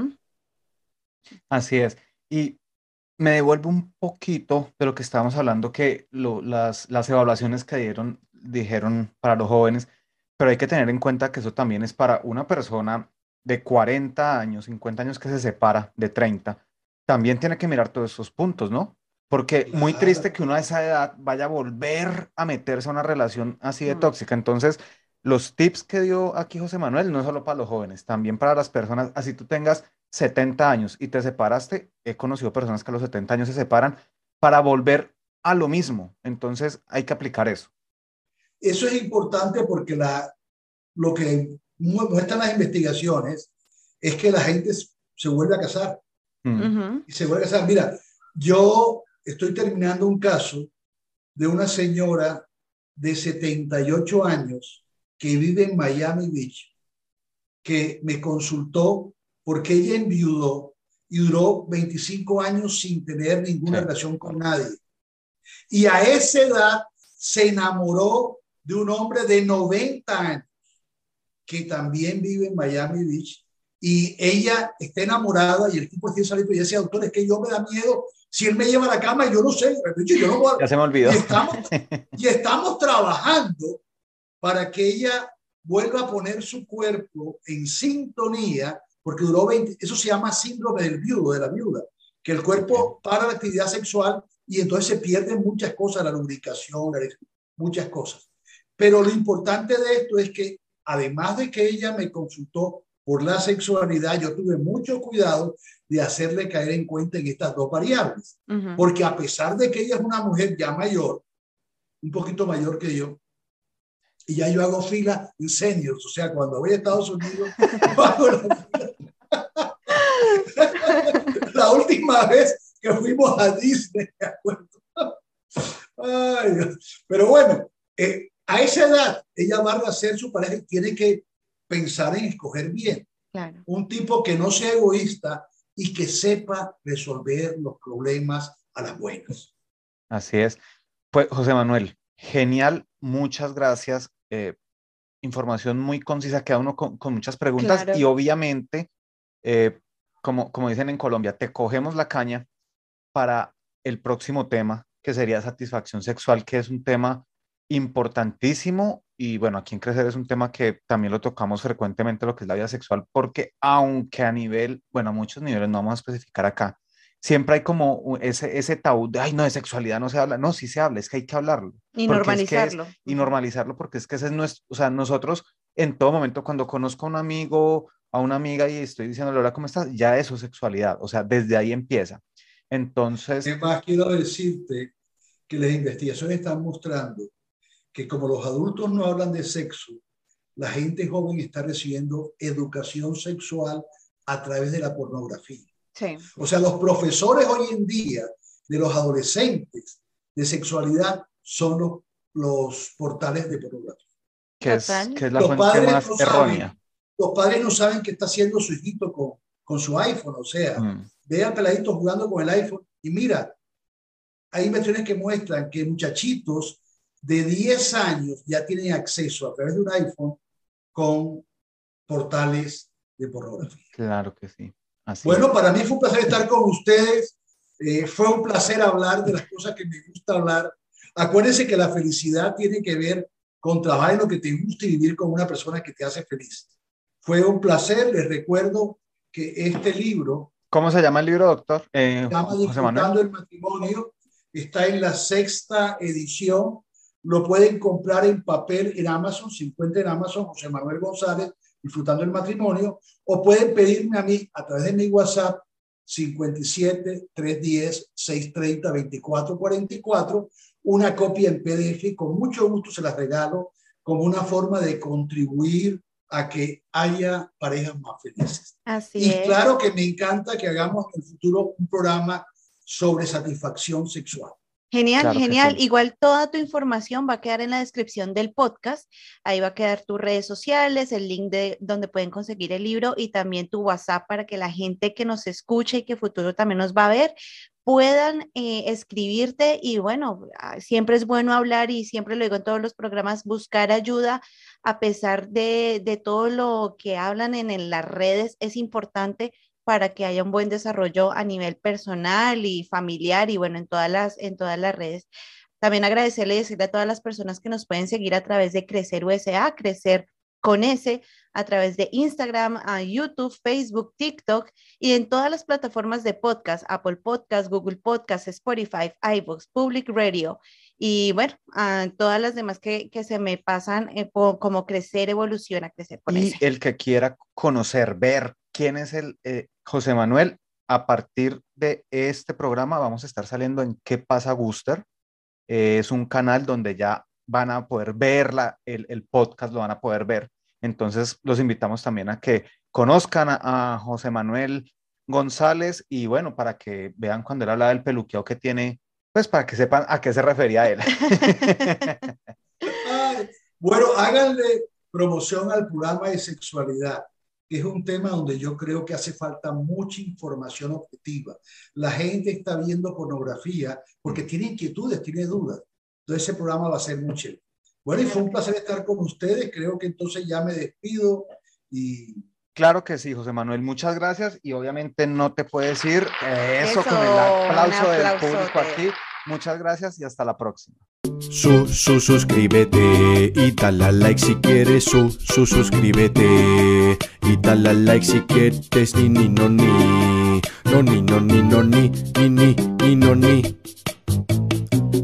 Así es. Y me devuelvo un poquito de lo que estábamos hablando, que las evaluaciones que dijeron para los jóvenes, pero hay que tener en cuenta que eso también es para una persona de 40 años, 50 años que se separa de 30, también tiene que mirar todos esos puntos, ¿no? Porque muy triste que uno a esa edad vaya a volver a meterse a una relación así de tóxica. Entonces, los tips que dio aquí José Manuel no es solo para los jóvenes, también para las personas, así tú tengas 70 años y te separaste, he conocido personas que a los 70 años se separan para volver a lo mismo. Entonces, hay que aplicar eso. Eso es importante porque lo que muestran las investigaciones es que la gente se vuelve a casar. Y se vuelve a casar. Mira, yo estoy terminando un caso de una señora de 78 años que vive en Miami Beach, que me consultó porque ella enviudó y duró 25 años sin tener ninguna relación con nadie. Y a esa edad se enamoró de un hombre de 90 años que también vive en Miami Beach. Y ella está enamorada y el tipo tiene salido y decía, doctor, es que yo me da miedo si él me lleva a la cama, yo no sé, yo no voy a... Ya se me olvidó. Y estamos trabajando para que ella vuelva a poner su cuerpo en sintonía, porque duró 20, eso se llama síndrome del viudo, de la viuda, que el cuerpo para la actividad sexual y entonces se pierden muchas cosas, la lubricación, muchas cosas. Pero lo importante de esto es que además de que ella me consultó por la sexualidad, yo tuve mucho cuidado de hacerle caer en cuenta en estas dos variables. Porque a pesar de que ella es una mujer ya mayor, un poquito mayor que yo, y ya yo hago fila en seniors, o sea, cuando voy a Estados Unidos, la última vez que fuimos a Disney, me acuerdo. Ay, Dios. Pero bueno, A esa edad, ella va a rehacer su pareja y tiene que pensar en escoger bien. Claro. Un tipo que no sea egoísta y que sepa resolver los problemas a las buenas. Así es. Pues, José Manuel, genial, muchas gracias. Información muy concisa, queda uno con muchas preguntas Claro. y obviamente, como dicen en Colombia, te cogemos la caña para el próximo tema, que sería satisfacción sexual, que es un tema importantísimo y bueno, aquí en Crecer es un tema que también lo tocamos frecuentemente, lo que es la vida sexual, porque aunque a nivel, bueno, a muchos niveles, no vamos a especificar acá, siempre hay como ese tabú de, ay, no, de sexualidad no se habla. No, sí se habla, es que hay que hablarlo. Y Porque es que es, normalizarlo. y normalizarlo, porque es que ese es nuestro, o sea, nosotros en todo momento, cuando conozco a un amigo, a una amiga y estoy diciéndole, hola, ¿cómo estás? Ya eso es sexualidad, o sea, desde ahí empieza. Entonces, Además, quiero decirte que las investigaciones están mostrando que como los adultos no hablan de sexo, la gente joven está recibiendo educación sexual a través de la pornografía. Sí. O sea, los profesores hoy en día de los adolescentes de sexualidad son los portales de pornografía. que es la Los fuente padres más no errónea. saben, los padres no saben qué está haciendo su hijito con su iPhone. O sea, ve al peladito jugando con el iPhone y mira, hay investigaciones que muestran que muchachitos de 10 años ya tienen acceso a través de un iPhone con portales de pornografía. Claro que sí. Así Bueno, es. para mí fue un placer estar con ustedes. Fue un placer hablar de las cosas que me gusta hablar. Acuérdense que la felicidad tiene que ver con trabajar en lo que te gusta y vivir con una persona que te hace feliz. Fue un placer. Les recuerdo que este libro, ¿Cómo se llama el libro, doctor? se llama José Manuel. Disfrutando el Matrimonio. Está en la 6ª edición. Lo pueden comprar en papel en Amazon. Se encuentra en Amazon, José Manuel González, Disfrutando el Matrimonio. O pueden pedirme a mí a través de mi WhatsApp 57 310 630 2444 una copia en PDF y con mucho gusto se las regalo como una forma de contribuir a que haya parejas más felices. Así es. Claro que me encanta que hagamos en el futuro un programa sobre satisfacción sexual. Genial, Claro que genial. sí. Igual toda tu información va a quedar en la descripción del podcast. Ahí va a quedar tus redes sociales, el link de donde pueden conseguir el libro y también tu WhatsApp para que la gente que nos escuche y que futuro también nos va a ver puedan escribirte. Y bueno, siempre es bueno hablar y siempre lo digo en todos los programas, buscar ayuda a pesar de todo lo que hablan en las redes es importante para que haya un buen desarrollo a nivel personal y familiar y bueno, en todas las redes. También agradecerle y decirle a todas las personas que nos pueden seguir a través de Crecer USA, Crecer con S, a través de Instagram, a YouTube, Facebook, TikTok y en todas las plataformas de podcast, Apple Podcast, Google Podcast, Spotify, iVoox, Public Radio y bueno, a todas las demás que se me pasan como Crecer, Evoluciona, Crecer con Y S. el que quiera conocer, ver quién es el José Manuel, a partir de este programa vamos a estar saliendo en ¿Qué pasa, Guster? Es un canal donde ya van a poder ver el podcast, lo van a poder ver. Entonces los invitamos también a que conozcan a José Manuel González y bueno, para que vean cuando él habla del peluqueo que tiene, pues para que sepan a qué se refería él. Bueno, háganle promoción al programa de sexualidad, que es un tema donde yo creo que hace falta mucha información objetiva. La gente está viendo pornografía porque tiene inquietudes, tiene dudas. Entonces ese programa va a ser muy chévere. Bueno, y fue un placer estar con ustedes. Creo que entonces ya me despido y... Claro que sí, José Manuel, muchas gracias y obviamente no te puedes ir eso con el aplauso del público aquí. Muchas gracias y hasta la próxima. Suscríbete y dale a like si quieres. Suscríbete y dale a like si quieres. Ni no ni no ni no ni no ni ni ni no ni.